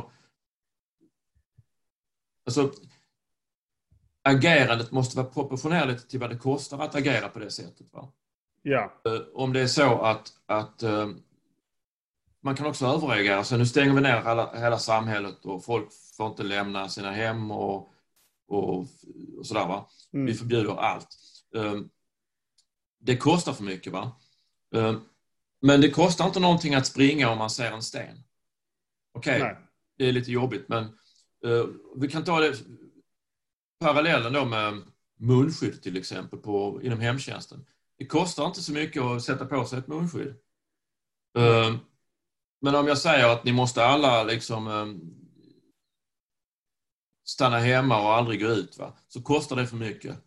Alltså, agerandet måste vara proportionerligt till vad det kostar att agera på det sättet. Va? Ja. Om det är så att, att man kan också överreagera. Så nu stänger vi ner hela, hela samhället och folk får inte lämna sina hem och, och, och sådär. Va? Mm. Vi förbjuder allt. Det kostar för mycket. Va? Men det kostar inte någonting att springa om man ser en sten. Okej, okay, det är lite jobbigt, men vi kan ta det parallellen då med munskydd till exempel på, inom hemtjänsten. Det kostar inte så mycket att sätta på sig ett munskydd. Mm. Men om jag säger att ni måste alla liksom stanna hemma och aldrig gå ut, va? Så kostar det för mycket.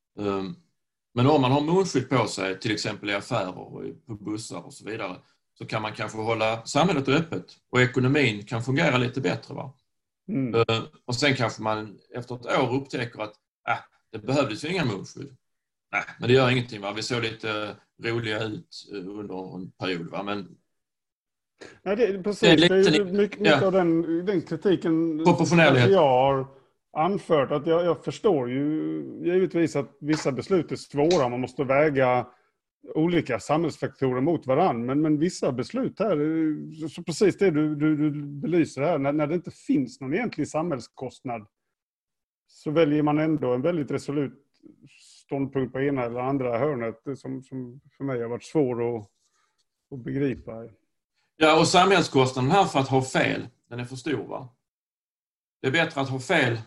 Men om man har munskydd på sig, till exempel i affärer och på bussar och så vidare, så kan man kanske hålla samhället öppet och ekonomin kan fungera lite bättre. Va? Mm. Och sen kanske man efter ett år upptäcker att äh, det behövdes ju inga munskydd. Nej, men det gör ingenting. Va? Vi såg lite roliga ut under en period. Va? Men Nej, det är precis. Det är, lite, det är mycket, mycket ja. av den, den kritiken jag har anfört. Att jag, jag förstår ju givetvis att vissa beslut är svåra. Man måste väga olika samhällsfaktorer mot varann. Men, men vissa beslut här, så precis det du, du, du belyser här, när, när det inte finns någon egentlig samhällskostnad, så väljer man ändå en väldigt resolut ståndpunkt på ena eller andra hörnet som, som för mig har varit svår att, att begripa. Ja, och samhällskostnaden här för att ha fel, den är för stor, va? Det är bättre att ha fel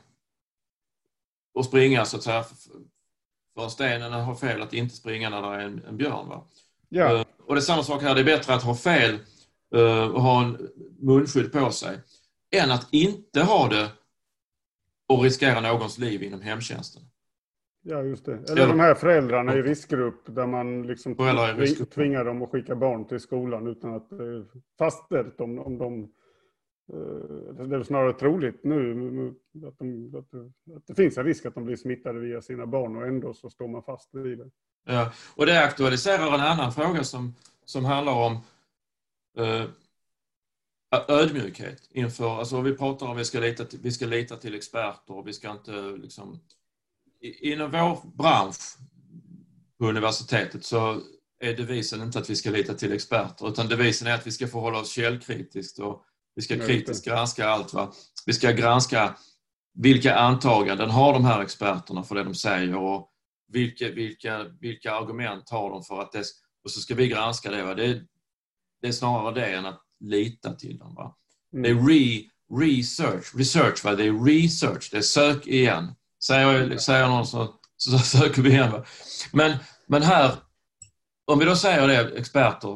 och springa så att säga för en sten än att ha fel att inte springa när det är en, en björn, va? Ja. Uh, och det är samma sak här, det är bättre att ha fel uh, och ha en munskydd på sig än att inte ha det och riskera någons liv inom hemtjänsten. Ja, just det. Eller de här föräldrarna i riskgrupp där man liksom riskgrupp. tvingar dem att skicka barn till skolan utan att det är fastställt om, om de... Det är snarare troligt nu att, de, att, det, att det finns en risk att de blir smittade via sina barn och ändå så står man fast vid det. Ja, och det aktualiserar en annan fråga som, som handlar om uh, ödmjukhet inför, alltså vi pratar om att vi ska lita till, vi ska lita till experter och vi ska inte liksom, inom vår bransch på universitetet så är devisen inte att vi ska lita till experter utan devisen är att vi ska förhålla oss källkritiskt och vi ska kritiskt granska allt. Va? Vi ska granska vilka antaganden har de här experterna för det de säger och vilka, vilka, vilka argument har de för att det, och så ska vi granska det. Va? Det, det är snarare det än att lita till dem. Va? Mm. Det är re, research, research va? Det är research, det är sök igen. Säger, säger någon så, så söker vi igen. Va? Men, men här, om vi då säger det, experter,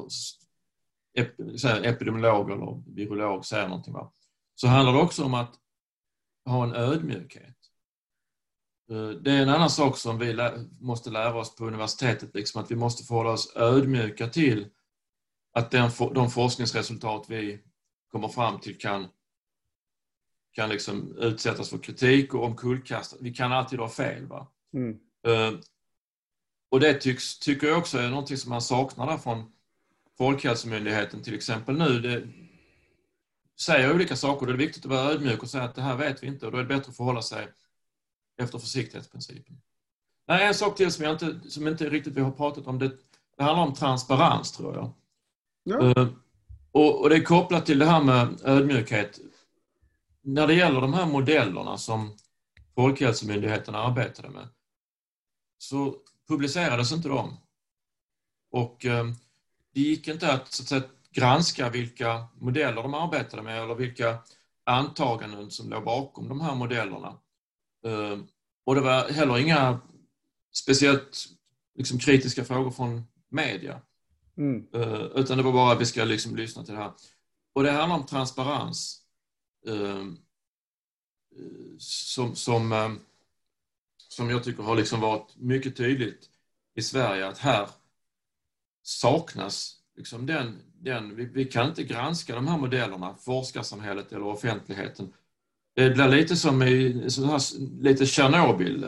epidemiolog eller virolog säger någonting, va? Så handlar det också om att ha en ödmjukhet. Det är en annan sak som vi lä- måste lära oss på universitetet, liksom att vi måste förhålla oss ödmjuka till att den, de forskningsresultat vi kommer fram till kan, kan liksom utsättas för kritik och omkullkastas. Vi kan alltid ha fel, va? Mm. Och det tycks, tycker jag också är någonting som man saknar där från Folkhälsomyndigheten till exempel nu. Det säger olika saker. Det är viktigt att vara ödmjuk och säga att det här vet vi inte och då är det bättre att förhålla sig efter försiktighetsprincipen. Nej, en sak till som, jag inte, som inte riktigt vi har pratat om, det, det handlar om transparens tror jag. Ja. Uh, och, och det är kopplat till det här med ödmjukhet. När det gäller de här modellerna som Folkhälsomyndigheten arbetade med så publicerades inte de. Och uh, det gick inte att, så att säga, granska vilka modeller de arbetade med eller vilka antaganden som låg bakom de här modellerna. Uh, och det var heller inga speciellt liksom, kritiska frågor från media. Mm. Uh, utan det var bara att vi ska liksom, lyssna till det här. Och det handlar om transparens. Uh, som, som, uh, som jag tycker har liksom varit mycket tydligt i Sverige att här saknas liksom den, den vi, vi kan inte granska de här modellerna, forskarsamhället eller offentligheten. Det blir lite som i så här, lite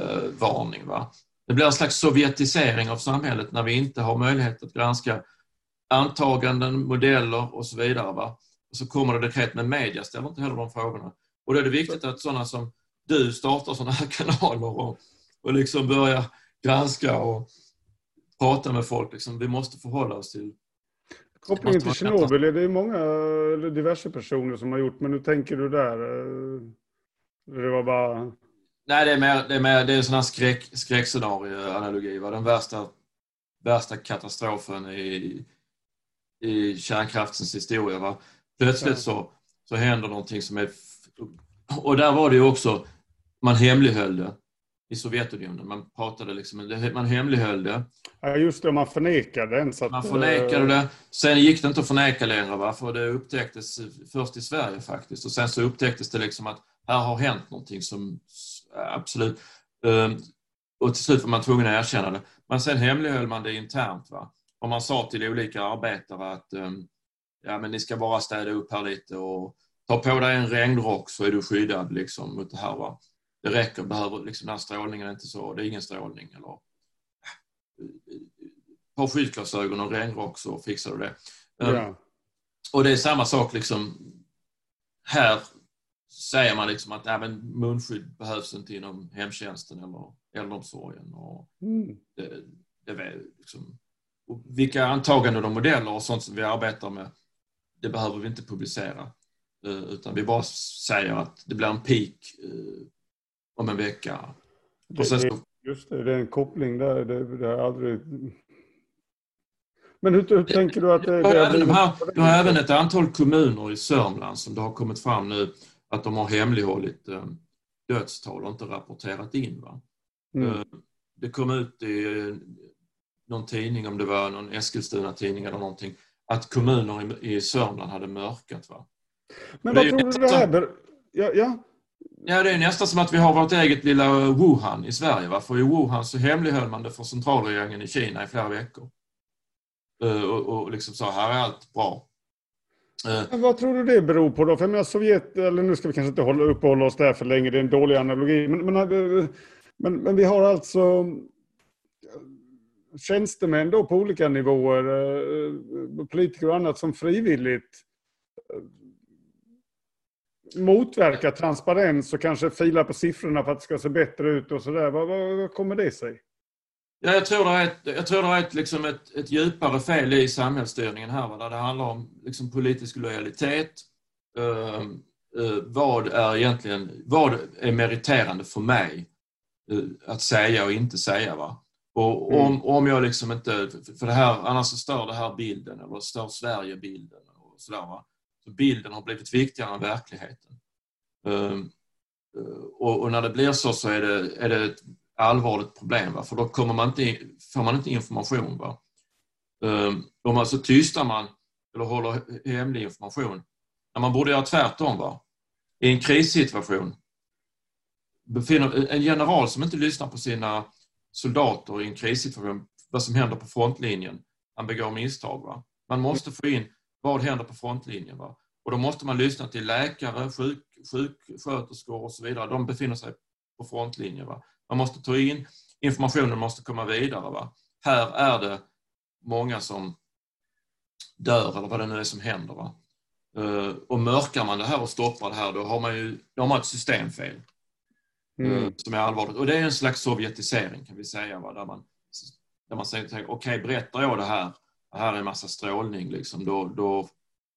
Tjernobyl-varning, va? Det blir en slags sovjetisering av samhället när vi inte har möjlighet att granska antaganden, modeller och så vidare. Va? Och så kommer det dekret, med media ställer inte heller de frågorna. Och då är det viktigt att sådana som du startar sådana här kanaler och, och liksom börjar granska och prata med folk. Liksom. Vi måste förhålla oss till... Kopplingen till Tjernobyl är det många diverse personer som har gjort, men nu tänker du där... Det var bara... Nej, det är, mer, det är, mer, det är en sån här skräck, skräckscenario-analogi. Va? Den värsta, värsta katastrofen i, i kärnkraftens historia. Va? Plötsligt ja. så, så händer någonting som är... Och där var det ju också... Man hemlighöll det i Sovjetunionen. Man pratade liksom... Man hemlighöll det. Ja, just det. Man förnekade den. Så att, man förnekade det. Sen gick det inte att förneka längre. Va? För det upptäcktes först i Sverige faktiskt. Och sen så upptäcktes det liksom att här har hänt någonting som... Absolut. Och till slut var man tvungen att erkänna det. Men sen hemlighöll man det internt. Va? Och man sa till olika arbetare att ja, men ni ska bara städa upp här lite och ta på dig en regnrock så är du skyddad liksom, mot det här. Va? Det räcker, behöver, liksom, den här strålningen är inte så, det är ingen strålning. Eller, ta skyddsglasögon och regnrock så fixar du det. Ja. Och det är samma sak liksom här. Säger man liksom att även munskydd behövs inte inom hemtjänsten eller äldreomsorgen. Och mm. det, det är liksom, och vilka antaganden och modeller och sånt som vi arbetar med, det behöver vi inte publicera. Utan vi bara säger att det blir en peak uh, om en vecka. Det, och sen så... Just det, det är en koppling där. Det, det är aldrig... Men hur, hur tänker du att det... det även de här, du har även ett antal kommuner i Sörmland som det har kommit fram nu att de har hemlighållit eh, dödstal och inte rapporterat in. Va? Mm. Eh, det kom ut i eh, någon tidning, om det var någon Eskilstuna-tidning eller någonting, att kommuner i, i Sörmland hade mörkat. Va? Men vad tror du det här... Som, ja, ja. ja, det är nästan som att vi har vårt eget lilla Wuhan i Sverige. Va? För i Wuhan så hemlighöll man det för centralregeringen i Kina i flera veckor. Eh, och, och liksom sa, här är allt bra. Men vad tror du det beror på då? För jag menar, Sovjet, eller nu ska vi kanske inte hålla, uppehålla oss där för länge, det är en dålig analogi. Men, men, men, men vi har alltså tjänstemän då på olika nivåer, politiker och annat som frivilligt motverkar transparens och kanske filar på siffrorna för att det ska se bättre ut och sådär. Vad, vad, vad kommer det sig? Ja, jag tror det är ett, jag tror det är ett, liksom ett, ett djupare fel i samhällsstyrningen här. Va? Där det handlar om liksom politisk lojalitet. Uh, uh, vad är egentligen, vad är meriterande för mig uh, att säga och inte säga. Va? Och mm. om, om jag liksom inte, för det här, annars så stör det här bilden, eller stör Sverige-bilden och sådär. Va? Så bilden har blivit viktigare än verkligheten. Uh, uh, och, och när det blir så så är det, är det ett allvarligt problem, va? För då kommer man inte, får man inte information. Va? Um, om man så tystar man eller håller hemlig information. När man borde göra tvärtom. Va? I en krissituation befinner en general som inte lyssnar på sina soldater i en krissituation, vad som händer på frontlinjen, han begår misstag. Va? Man måste få in vad händer på frontlinjen. Va? Och då måste man lyssna till läkare, sjuk, sjuksköterskor och så vidare. De befinner sig på frontlinjen. Va? Man måste ta in, informationen måste komma vidare. Va? Här är det många som dör eller vad det nu är som händer. Va? Uh, och mörkar man det här och stoppar det här, då har man ju då har man ett systemfel mm. uh, som är allvarligt. Och det är en slags sovjetisering kan vi säga. Va? Där man, där man säger, okej, okay, berättar jag det här, det här är en massa strålning, liksom, då, då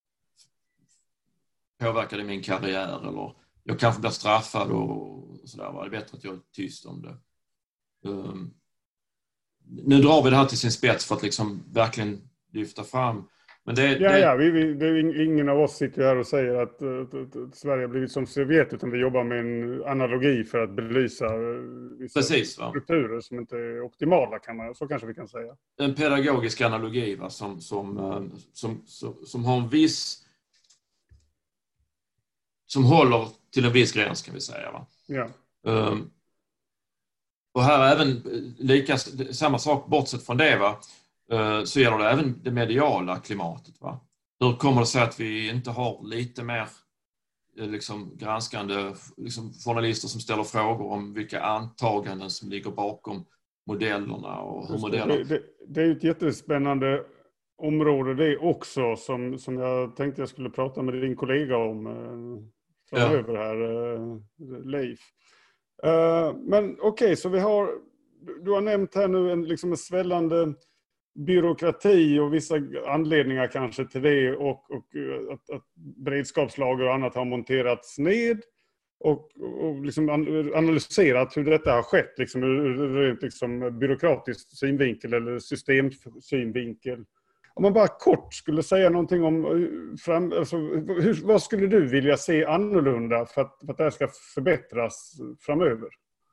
påverkar det min karriär eller jag kanske blir straffad och sådär. Va? Det är bättre att jag är tyst om det. Um, nu drar vi det här till sin spets för att liksom verkligen lyfta fram. Men det, ja, det... ja vi, vi, det är ingen av oss sitter här och säger att, att, att, att Sverige har blivit som Sovjet, utan vi jobbar med en analogi för att belysa vissa Precis, va? strukturer som inte är optimala, kan man, så kanske vi kan säga. En pedagogisk analogi, va? Som, som, som, som, som har en viss som håller till en viss gräns, kan vi säga. Va? Ja. Um, och här är även lika, samma sak bortsett från det, va? Uh, så gäller det även det mediala klimatet. Va? Hur kommer det sig att vi inte har lite mer liksom, granskande liksom, journalister som ställer frågor om vilka antaganden som ligger bakom modellerna och hur modeller... Det, det, det är ett jättespännande område det också som, som jag tänkte jag skulle prata med din kollega om eh, framöver här, eh, Leif. Uh, men okej, okay, så vi har, du har nämnt här nu en, liksom en svällande byråkrati och vissa anledningar kanske till det, och, och att, att beredskapslager och annat har monterats ned och, och liksom analyserat hur detta har skett liksom, ur liksom byråkratisk synvinkel eller systemsynvinkel. Om man bara kort skulle säga någonting om fram, alltså, hur, vad skulle du vilja se annorlunda för att, för att det här ska förbättras framöver?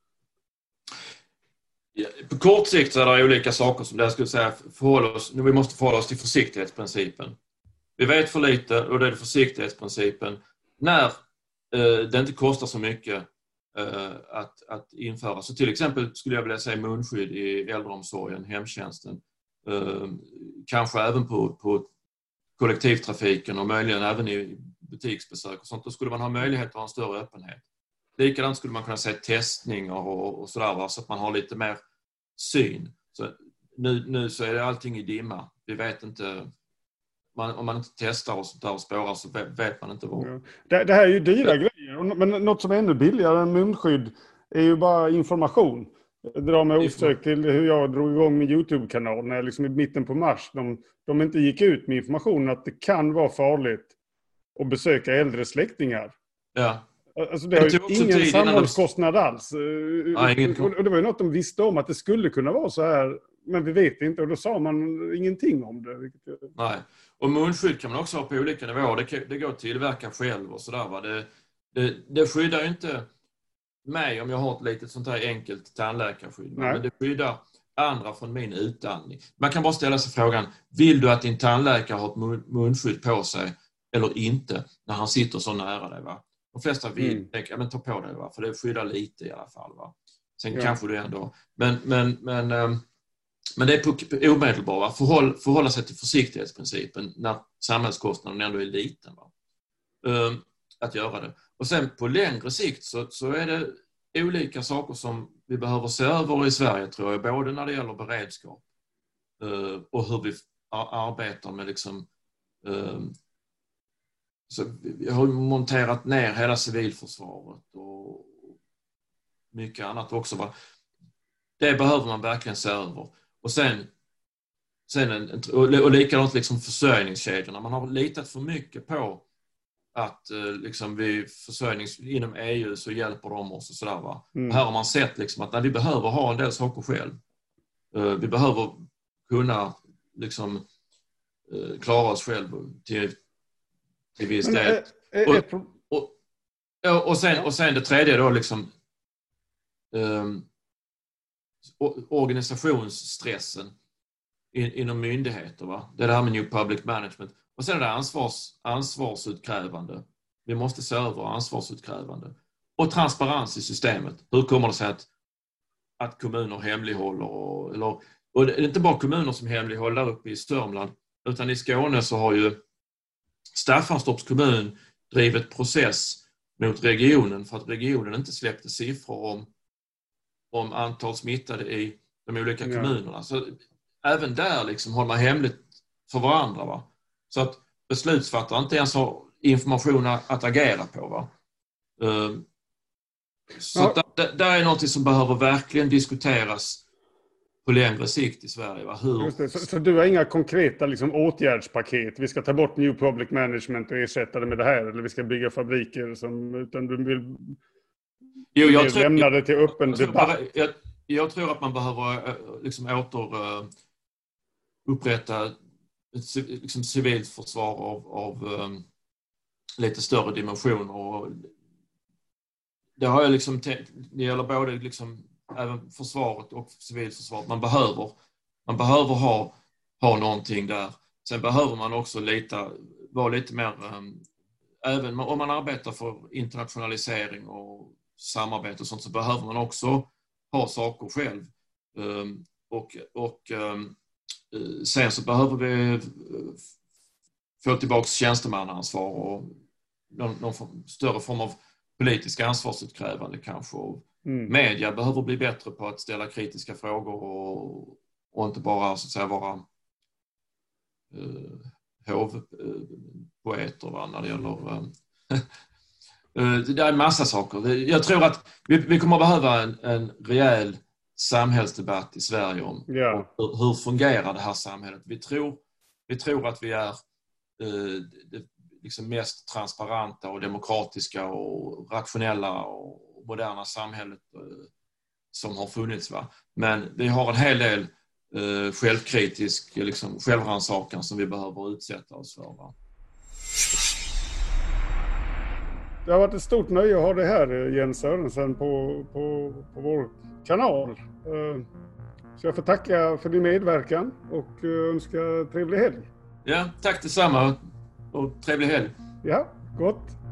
Ja, på kort sikt så är det olika saker som jag skulle säga förhålla oss, vi måste förhålla oss till försiktighetsprincipen. Vi vet för lite och det är försiktighetsprincipen. När eh, det inte kostar så mycket eh, att, att införa. Så till exempel skulle jag vilja säga munskydd i äldreomsorgen, hemtjänsten. Eh, kanske även på, på kollektivtrafiken och möjligen även i butiksbesök och sånt. Då skulle man ha möjlighet att ha en större öppenhet. Likadant skulle man kunna säga testning och, och sådär, va? Så att man har lite mer syn. Så nu, nu så är det allting i dimma. Vi vet inte, man, om man inte testar och sånt där och spårar så vet man inte vad. Ja. Det, det här är ju dyra ja. grejer, men något som är ännu billigare än munskydd är ju bara information. Jag drar mig osökt till hur jag drog igång min YouTube-kanal när jag liksom i mitten på mars, de, de inte gick ut med information att det kan vara farligt att besöka äldre släktingar. Ja. Alltså det har ju ingen samhällskostnad de... alls. Ja, ingen... Och det var ju något de visste om, att det skulle kunna vara så här, men vi vet inte, och då sa man ingenting om det. Nej, och munskydd kan man också ha på olika nivåer. Det, det går att tillverka själv och sådär, va. Det, det, det skyddar ju inte mig om jag har ett litet sånt här enkelt tandläkarskydd. Men det skyddar andra från min utandning. Man kan bara ställa sig frågan, vill du att din tandläkare har ett munskydd på sig eller inte när han sitter så nära dig, va? De flesta vill mm. tänka, ja, men ta på dig, va? För det skyddar lite i alla fall, va? Sen ja. kanske du ändå... Men, men, men, ähm, men det är på omedelbart, va? Förhåll, förhålla sig till försiktighetsprincipen när samhällskostnaden ändå är liten, va? Ähm, att göra det. Och sen på längre sikt så, så är det olika saker som vi behöver se över i Sverige, tror jag. Både när det gäller beredskap äh, och hur vi arbetar med liksom... Äh, Så vi har monterat ner hela civilförsvaret och mycket annat också. Va? Det behöver man verkligen se över. Och sen, sen en, och likadant liksom försörjningskedjorna. Man har litat för mycket på att liksom vi försörjnings inom E U så hjälper de oss och sådär, va. Mm. Här har man sett liksom att nej, vi behöver ha en del saker själv. Vi behöver kunna liksom klara oss själv till till viss del. Och, och, och, och, sen, och sen det tredje då liksom um, organisationsstressen in, inom myndigheter, va? Det är det här med New Public Management. Och sen är det ansvars, ansvarsutkrävande. Vi måste se över ansvarsutkrävande. Och transparens i systemet. Hur kommer det sig att, att kommuner hemlighåller och, eller, och det är inte bara kommuner som hemlighåller där uppe i Sörmland, utan i Skåne så har ju Staffanstorps kommun drivit process mot regionen för att regionen inte släppte siffror om, om antal smittade i de olika ja. kommunerna. Så även där liksom håller man hemligt för varandra, va? Så att beslutsfattare inte ens har information att agera på, va? Um, så ja. där, där är något som behöver verkligen diskuteras på längre sikt i Sverige, va? Hur... Så, så du har inga konkreta liksom, åtgärdspaket? Vi ska ta bort New Public Management och ersätta det med det här, eller vi ska bygga fabriker som, utan du vill jo, jag tror, lämna det till öppen jag, debatt? Jag, jag tror att man behöver liksom åter uh, upprätta ett liksom, civilt försvar av, av um, lite större dimensioner. Och det har jag liksom tänkt, det gäller både liksom även försvaret och civilförsvaret. Man behöver, man behöver ha, ha någonting där. Sen behöver man också lita, vara lite mer, um, även om man arbetar för internationalisering och samarbete och sånt, så behöver man också ha saker själv. Um, och och um, sen så behöver vi få tillbaka tjänstemannaansvar och någon, någon större form av politisk ansvarsutkrävande kanske. Mm. Media behöver bli bättre på att ställa kritiska frågor och, och inte bara så att säga vara eh, hovpoeter va, när det gäller... Eh, det är en massa saker. Jag tror att vi, vi kommer att behöva en, en rejäl samhällsdebatt i Sverige om, ja. om hur, hur fungerar det här samhället. Vi tror, vi tror att vi är eh, det liksom mest transparenta och demokratiska och rationella och moderna samhället eh, som har funnits. Va? Men vi har en hel del eh, självkritisk liksom, självrannsakan som vi behöver utsätta oss för. Va? Det har varit ett stort nöje att ha det här, Jens Sörensen, på, på, på vår kanal. Så jag får tacka för din medverkan och önska trevlig helg. Ja, tack detsamma och trevlig helg. Ja, gott.